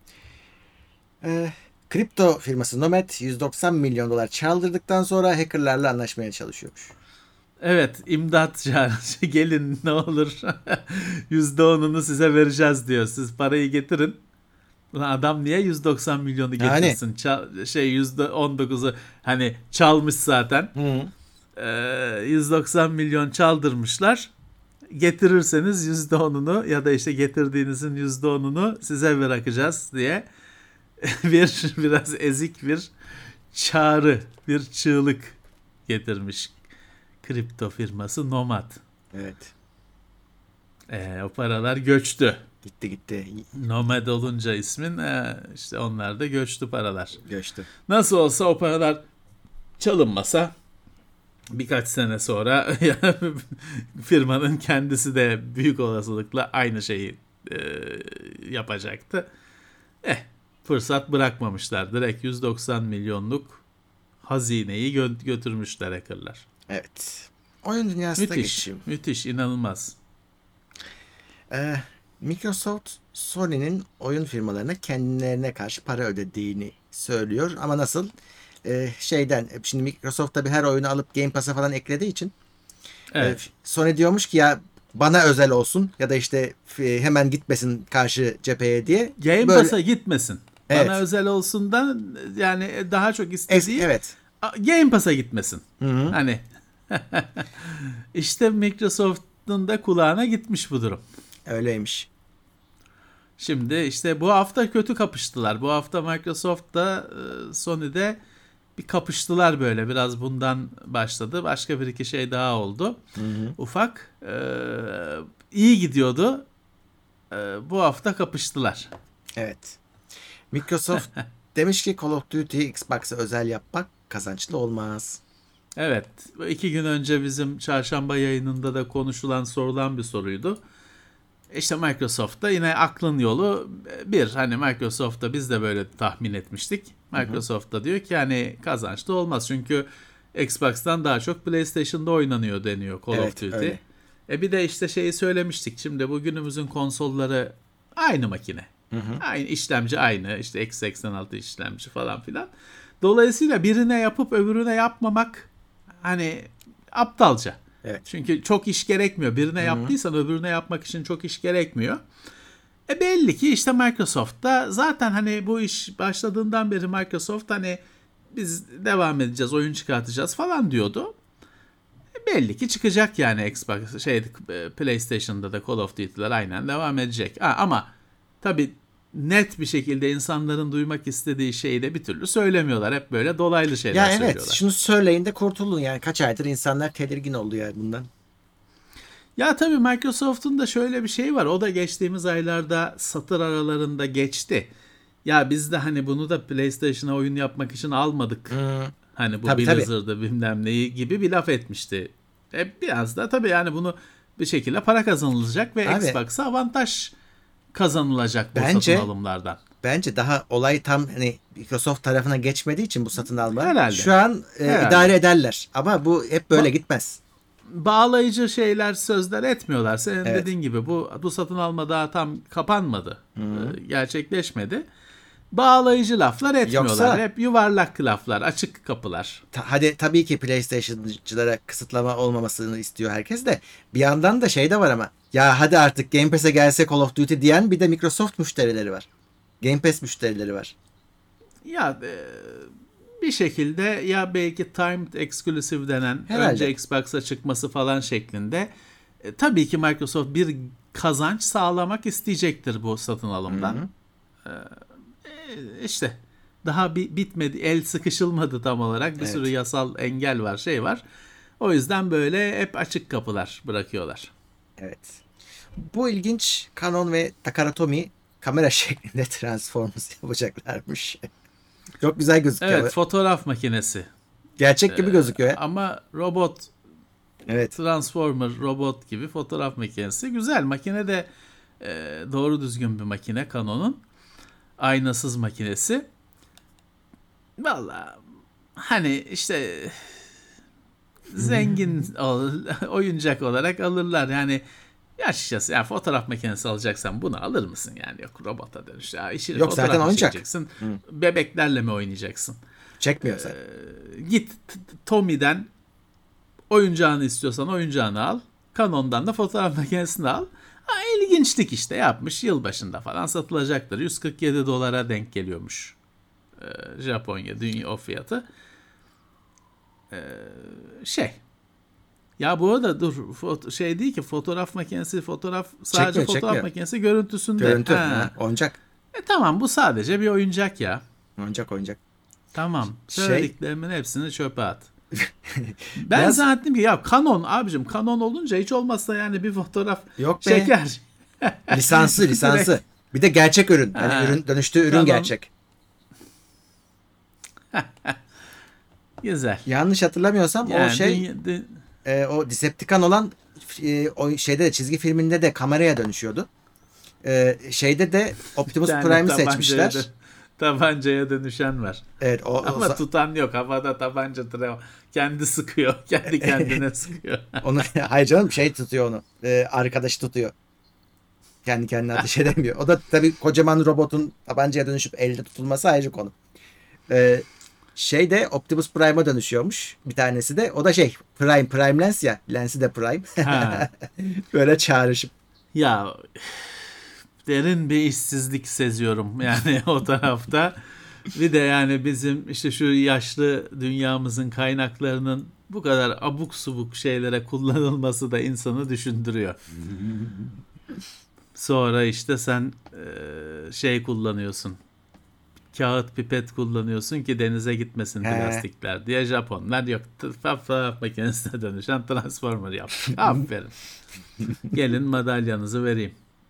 Speaker 3: Ee, kripto firması Nomad yüz doksan milyon dolar çaldırdıktan sonra hackerlarla anlaşmaya çalışıyormuş.
Speaker 4: Evet, imdat çağırışı gelin ne olur yüzde onunu size vereceğiz diyor. Siz parayı getirin. Ulan adam niye yüz doksan milyonu getirsin? Yani. Çal, şey yüzde on dokuzu hani çalmış zaten. Hı. Ee, yüz doksan milyon çaldırmışlar. Getirirseniz yüzde onunu ya da işte getirdiğinizin yüzde onunu size bırakacağız diye bir biraz ezik bir çağrı, bir çığlık getirmiş kripto firması Nomad.
Speaker 3: Evet.
Speaker 4: Ee, o paralar göçtü.
Speaker 3: Gitti gitti.
Speaker 4: Nomad olunca ismin e, işte onlar da göçtü paralar.
Speaker 3: Göçtü.
Speaker 4: Nasıl olsa o paralar çalınmasa birkaç sene sonra firmanın kendisi de büyük olasılıkla aynı şeyi e, yapacaktı. Eh fırsat bırakmamışlar. Direkt yüz doksan milyonluk hazineyi gö- götürmüşler hackerlar.
Speaker 3: Evet. Oyun dünyasına
Speaker 4: müthiş,
Speaker 3: geçeyim.
Speaker 4: Müthiş, inanılmaz.
Speaker 3: Ee, Microsoft, Sony'nin oyun firmalarına kendilerine karşı para ödediğini söylüyor. Ama nasıl? Ee, şeyden, şimdi Microsoft tabii her oyunu alıp Game Pass'a falan eklediği için evet. e, Sony diyormuş ki ya bana özel olsun ya da işte e, hemen gitmesin karşı cepheye diye.
Speaker 4: Game Böyle... Pass'a gitmesin. Evet. Bana özel olsun da yani daha çok istediği
Speaker 3: es- evet.
Speaker 4: Game Pass'a gitmesin.
Speaker 3: Hı-hı.
Speaker 4: Hani işte Microsoft'un da kulağına gitmiş bu durum.
Speaker 3: Öyleymiş.
Speaker 4: Şimdi işte bu hafta kötü kapıştılar. Bu hafta Microsoft da Sony'de bir kapıştılar böyle. Biraz bundan başladı. Başka bir iki şey daha oldu. Hı hı. Ufak. Ee, iyi gidiyordu. Ee, bu hafta kapıştılar.
Speaker 3: Evet. Microsoft demiş ki Call of Duty Xbox'a özel yapmak kazançlı olmaz.
Speaker 4: Evet. iki gün önce bizim çarşamba yayınında da konuşulan, sorulan bir soruydu. İşte Microsoft'ta yine aklın yolu bir. Hani Microsoft'ta biz de böyle tahmin etmiştik. Microsoft'ta diyor ki yani kazançlı olmaz. Çünkü Xbox'tan daha çok PlayStation'da oynanıyor deniyor Call
Speaker 3: evet,
Speaker 4: of Duty.
Speaker 3: Öyle.
Speaker 4: E bir de işte şeyi söylemiştik. Şimdi bugünümüzün konsolları aynı makine. Hı hı. Aynı işlemci aynı. İşte x seksen altı işlemci falan filan. Dolayısıyla birine yapıp öbürüne yapmamak hani aptalca.
Speaker 3: Evet.
Speaker 4: Çünkü çok iş gerekmiyor. Birine Hı-hı. yaptıysan öbürüne yapmak için çok iş gerekmiyor. E belli ki işte Microsoft'ta zaten hani bu iş başladığından beri Microsoft hani biz devam edeceğiz, oyun çıkartacağız falan diyordu. E belli ki çıkacak yani Xbox, şey PlayStation'da da Call of Duty'ler aynen devam edecek. Ha, ama tabii net bir şekilde insanların duymak istediği şeyi de bir türlü söylemiyorlar. Hep böyle dolaylı şeyler
Speaker 3: ya evet,
Speaker 4: söylüyorlar.
Speaker 3: Evet, şunu söyleyin de kurtulun yani. Kaç aydır insanlar tedirgin oldu yani bundan.
Speaker 4: Ya tabii Microsoft'un da şöyle bir şey var. O da geçtiğimiz aylarda satır aralarında geçti. Ya biz de hani bunu da PlayStation'a oyun yapmak için almadık. Hmm. Hani bu tabii, Blizzard'ı tabii. bilmem neyi gibi bir laf etmişti. E biraz da tabii yani bunu bir şekilde para kazanılacak ve abi, Xbox'a avantaj kazanılacak bu bence, satın alımlardan.
Speaker 3: Bence daha olay tam hani Microsoft tarafına geçmediği için bu satın alma.
Speaker 4: Herhalde.
Speaker 3: Şu an e, idare ederler. Ama bu hep böyle ba- gitmez.
Speaker 4: Bağlayıcı şeyler, sözler etmiyorlar. Senin evet. dediğin gibi bu bu satın alma daha tam kapanmadı. Hı-hı. Gerçekleşmedi. Bağlayıcı laflar etmiyorlar. Yoksa, hep yuvarlak laflar, açık kapılar.
Speaker 3: Ta, hadi tabii ki PlayStation'cılara kısıtlama olmamasını istiyor herkes de. Bir yandan da şey de var ama. Ya hadi artık Game Pass'e gelse Call of Duty diyen bir de Microsoft müşterileri var. Game Pass müşterileri var.
Speaker 4: Ya e, bir şekilde ya belki timed exclusive denen herhalde. Önce Xbox'a çıkması falan şeklinde. E, tabii ki Microsoft bir kazanç sağlamak isteyecektir bu satın alımdan. E, işte daha bir bitmedi, el sıkışılmadı tam olarak. Bir evet. sürü yasal engel var, şey var. O yüzden böyle hep açık kapılar bırakıyorlar.
Speaker 3: Evet. Bu ilginç. Canon ve Takara Tomy kamera şeklinde Transformers yapacaklarmış. Çok güzel gözüküyor.
Speaker 4: Evet, fotoğraf makinesi.
Speaker 3: Gerçek gibi gözüküyor.
Speaker 4: Ee, ama robot. Evet. Transformer robot gibi fotoğraf makinesi. Güzel. Makine de e, doğru düzgün bir makine Canon'un. Aynasız makinesi. Vallahi hani işte zengin oyuncak olarak alırlar. Yani açıkçası yani fotoğraf makinesi alacaksan bunu alır mısın yani? Yok robota dönüş. Ya, işini
Speaker 3: yok zaten oyuncak.
Speaker 4: Çekeceksin. Hı. Bebeklerle mi oynayacaksın?
Speaker 3: Çekmiyor sen.
Speaker 4: Ee, git Tommy'den oyuncağını istiyorsan oyuncağını al. Canon'dan da fotoğraf makinesini al. Ha, ilginçlik işte yapmış. Yılbaşında falan satılacaktır. yüz kırk yedi dolara denk geliyormuş. Ee, Japonya dünya o fiyatı. Ee, şey Ya bu arada dur foto, şey değil ki fotoğraf makinesi fotoğraf sadece çekmiyor, fotoğraf çekmiyor. makinesi görüntüsünde.
Speaker 3: Görüntü. Ha. Ha, oyuncak.
Speaker 4: E tamam bu sadece bir oyuncak ya.
Speaker 3: Oyuncak oyuncak.
Speaker 4: Tamam. Söylediklerimin şey... hepsini çöpe at. Ben Biraz... zannettim ki ya Canon abicim Canon olunca hiç olmazsa yani bir fotoğraf yok çeker.
Speaker 3: lisansı lisansı. Bir de gerçek ürün. Yani ha. ürün dönüştüğü ürün tamam. Gerçek.
Speaker 4: Güzel.
Speaker 3: Yanlış hatırlamıyorsam yani o şey dünya, dü... e, o Decepticon olan e, o şeyde de çizgi filminde de kameraya dönüşüyordu. E, şeyde de Optimus Prime'ı seçmişler. De,
Speaker 4: tabancaya dönüşen var.
Speaker 3: Evet, o,
Speaker 4: ama
Speaker 3: o,
Speaker 4: tutan yok. Havada tabancadır. Kendi sıkıyor. Kendi kendine sıkıyor.
Speaker 3: Onu hayır canım şey tutuyor onu. E, arkadaşı tutuyor. Kendi kendine ateş edemiyor. O da tabii kocaman robotun tabancaya dönüşüp elde tutulması ayrı konu. Eee Şey de Optimus Prime'a dönüşüyormuş. Bir tanesi de. O da şey Prime. Prime Lens ya. Lensi de Prime. Böyle çağrışıp.
Speaker 4: Ya derin bir işsizlik seziyorum. Yani o tarafta. Bir de yani bizim işte şu yaşlı dünyamızın kaynaklarının bu kadar abuk subuk şeylere kullanılması da insanı düşündürüyor. Sonra işte sen şey kullanıyorsun. kağıt pipet kullanıyorsun ki denize gitmesin
Speaker 3: He.
Speaker 4: plastikler diye Japonlar yok fotoğraf makinesine dönüşen transformer yaptık. Aferin. Gelin madalyanızı vereyim.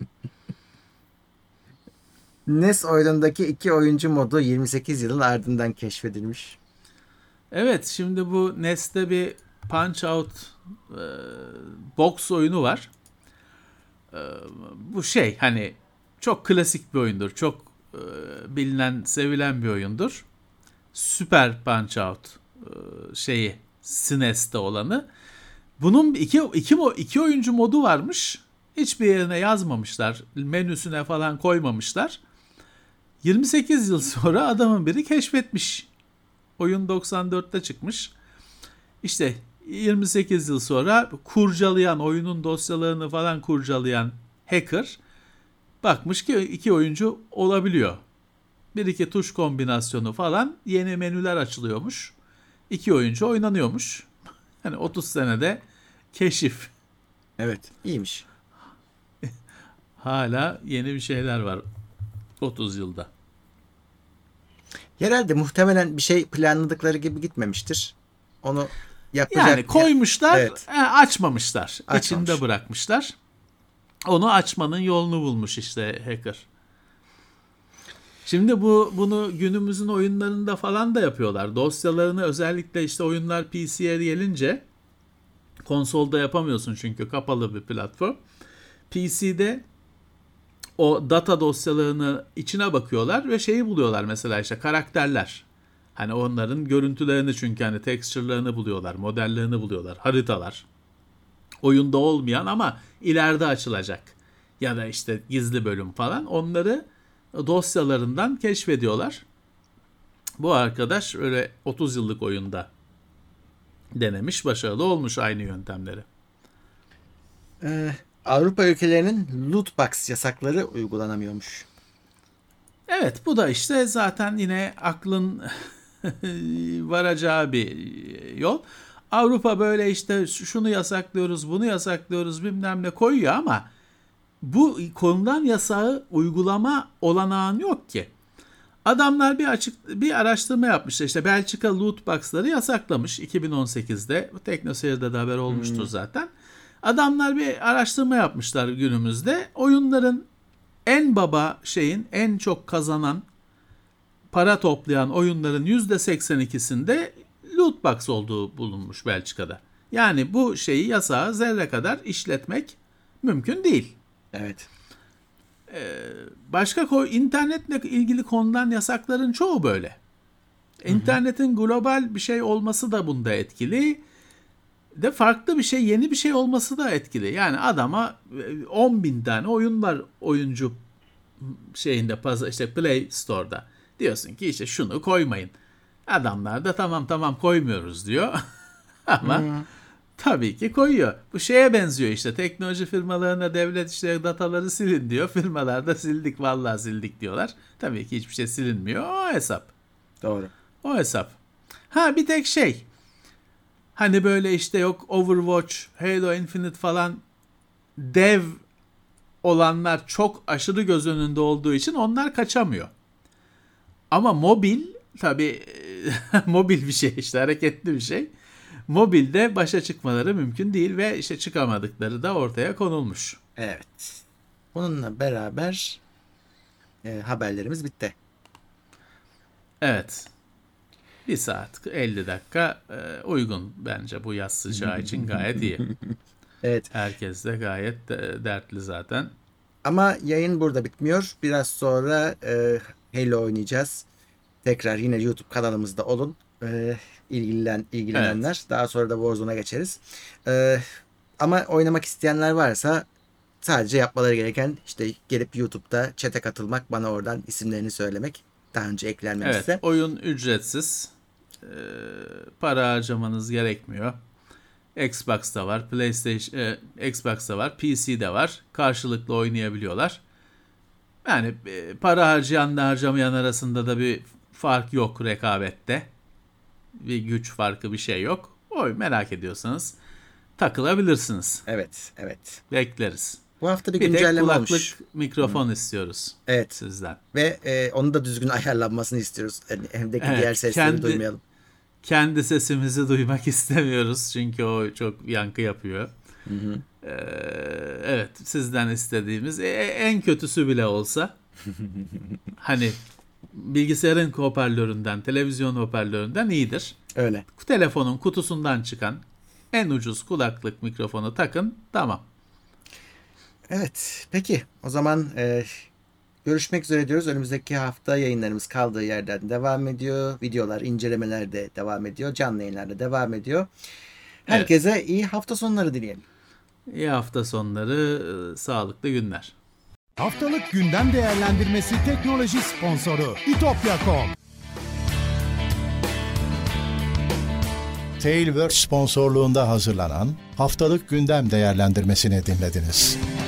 Speaker 3: N E S oyunundaki iki oyuncu modu yirmi sekiz yılın ardından keşfedilmiş.
Speaker 4: Evet, şimdi bu N E S'te bir Punch Out e, box oyunu var. E, bu şey hani çok klasik bir oyundur. Çok e, bilinen, sevilen bir oyundur. Süper Punch Out e, şeyi S N E S'te olanı. Bunun iki, iki, iki oyuncu modu varmış. Hiçbir yerine yazmamışlar. Menüsüne falan koymamışlar. yirmi sekiz yıl sonra adamın biri keşfetmiş. Oyun doksan dörtte çıkmış. İşte yirmi sekiz yıl sonra kurcalayan, oyunun dosyalarını falan kurcalayan hacker bakmış ki iki oyuncu olabiliyor. Bir iki tuş kombinasyonu falan yeni menüler açılıyormuş. İki oyuncu oynanıyormuş. Hani otuz senede keşif.
Speaker 3: Evet, iyiymiş.
Speaker 4: Hala yeni bir şeyler var otuz yılda.
Speaker 3: Herhalde muhtemelen bir şey planladıkları gibi gitmemiştir. Onu yapacak.
Speaker 4: Yani koymuşlar,
Speaker 3: Evet.
Speaker 4: açmamışlar.
Speaker 3: Açmamış.
Speaker 4: İçinde bırakmışlar. Onu açmanın yolunu bulmuş işte hacker. Şimdi bu bunu günümüzün oyunlarında falan da yapıyorlar. Dosyalarını özellikle işte oyunlar P C'ye gelince konsolda yapamıyorsun çünkü kapalı bir platform. P C'de o data dosyalarını içine bakıyorlar ve şeyi buluyorlar mesela işte karakterler. Hani onların görüntülerini çünkü hani texture'larını buluyorlar, modellerini buluyorlar, haritalar. Oyunda olmayan ama ileride açılacak ya da işte gizli bölüm falan onları dosyalarından keşfediyorlar. Bu arkadaş öyle otuz yıllık oyunda denemiş, başarılı olmuş aynı yöntemleri.
Speaker 3: Ee, Avrupa ülkelerinin loot box yasakları uygulanamıyormuş.
Speaker 4: Evet, bu da işte zaten yine aklın varacağı bir yol. Avrupa böyle işte şunu yasaklıyoruz, bunu yasaklıyoruz bilmem ne koyuyor ama bu konudan yasağı uygulama olanağın yok ki. Adamlar bir açık bir araştırma yapmışlar. İşte Belçika loot box'ları yasaklamış iki bin on sekizde. Bu Teknoseyir'de de haber olmuştur hmm. zaten. Adamlar bir araştırma yapmışlar günümüzde. Oyunların en baba şeyin, en çok kazanan, para toplayan oyunların yüzde seksen ikisinde loot box olduğu bulunmuş Belçika'da. Yani bu şeyi, yasağı zerre kadar işletmek mümkün değil.
Speaker 3: Evet.
Speaker 4: Ee, başka koy, internetle ilgili konulan yasakların çoğu böyle. İnternetin global bir şey olması da bunda etkili. De farklı bir şey, yeni bir şey olması da etkili. Yani adama on bin tane oyun var oyuncu şeyinde, işte Play Store'da. Diyorsun ki işte şunu koymayın. Adamlar da tamam tamam koymuyoruz diyor. Ama hmm. tabii ki koyuyor. Bu şeye benziyor işte, teknoloji firmalarına devlet işte dataları silin diyor. Firmalar da sildik vallahi sildik diyorlar. Tabii ki hiçbir şey silinmiyor. O hesap.
Speaker 3: Doğru.
Speaker 4: O hesap. Ha bir tek şey. Hani böyle işte yok Overwatch, Halo Infinite falan dev olanlar çok aşırı göz önünde olduğu için onlar kaçamıyor. Ama mobil tabii mobil bir şey işte, hareketli bir şey. Mobilde başa çıkmaları mümkün değil ve işte çıkamadıkları da ortaya konulmuş.
Speaker 3: Evet. Bununla beraber e, haberlerimiz bitti.
Speaker 4: Evet. Bir saat elli dakika e, uygun bence bu yaz sıcağı için, gayet iyi.
Speaker 3: Evet.
Speaker 4: Herkes de gayet de, dertli zaten.
Speaker 3: Ama yayın burada bitmiyor. Biraz sonra e, Halo oynayacağız. Tekrar yine YouTube kanalımızda olun. E, ilgilen, ilgilenenler. Evet. Daha sonra da Warzone'a geçeriz. E, ama oynamak isteyenler varsa sadece yapmaları gereken işte gelip YouTube'da chat'e katılmak, bana oradan isimlerini söylemek. Daha önce eklenmemişse.
Speaker 4: Evet, oyun ücretsiz. Ee, para harcamanız gerekmiyor. Xbox'ta var, PlayStation, e, Xbox'ta var, P C'de var. Karşılıklı oynayabiliyorlar. Yani e, para harcayanla harcamayan arasında da bir fark yok rekabette. Bir güç farkı, bir şey yok. Oy merak ediyorsanız takılabilirsiniz.
Speaker 3: Evet, evet.
Speaker 4: Bekleriz.
Speaker 3: Bu hafta bir,
Speaker 4: bir
Speaker 3: güncelleme
Speaker 4: tek
Speaker 3: olmuş.
Speaker 4: kulaklık mikrofon hmm. istiyoruz.
Speaker 3: Evet.
Speaker 4: Sizden.
Speaker 3: Ve e, onu da düzgün ayarlanmasını istiyoruz. Yani evdeki
Speaker 4: evet,
Speaker 3: diğer sesleri
Speaker 4: kendi,
Speaker 3: duymayalım.
Speaker 4: Kendi sesimizi duymak istemiyoruz. Çünkü o çok yankı yapıyor.
Speaker 3: Hı hı.
Speaker 4: Ee, evet, sizden istediğimiz e, en kötüsü bile olsa hani bilgisayarın hoparlöründen, televizyon hoparlöründen iyidir.
Speaker 3: Öyle.
Speaker 4: Telefonun kutusundan çıkan en ucuz kulaklık mikrofonu takın, tamam.
Speaker 3: Evet, peki o zaman e, görüşmek üzere diyoruz. Önümüzdeki hafta yayınlarımız kaldığı yerden devam ediyor. Videolar, incelemeler de devam ediyor. Canlı yayınlar da devam ediyor. Herkese evet. iyi hafta sonları dileyelim.
Speaker 4: İyi hafta sonları, sağlıklı günler.
Speaker 2: Haftalık gündem değerlendirmesi teknoloji sponsoru itopya nokta com.
Speaker 1: Tailwords sponsorluğunda hazırlanan haftalık gündem değerlendirmesini dinlediniz.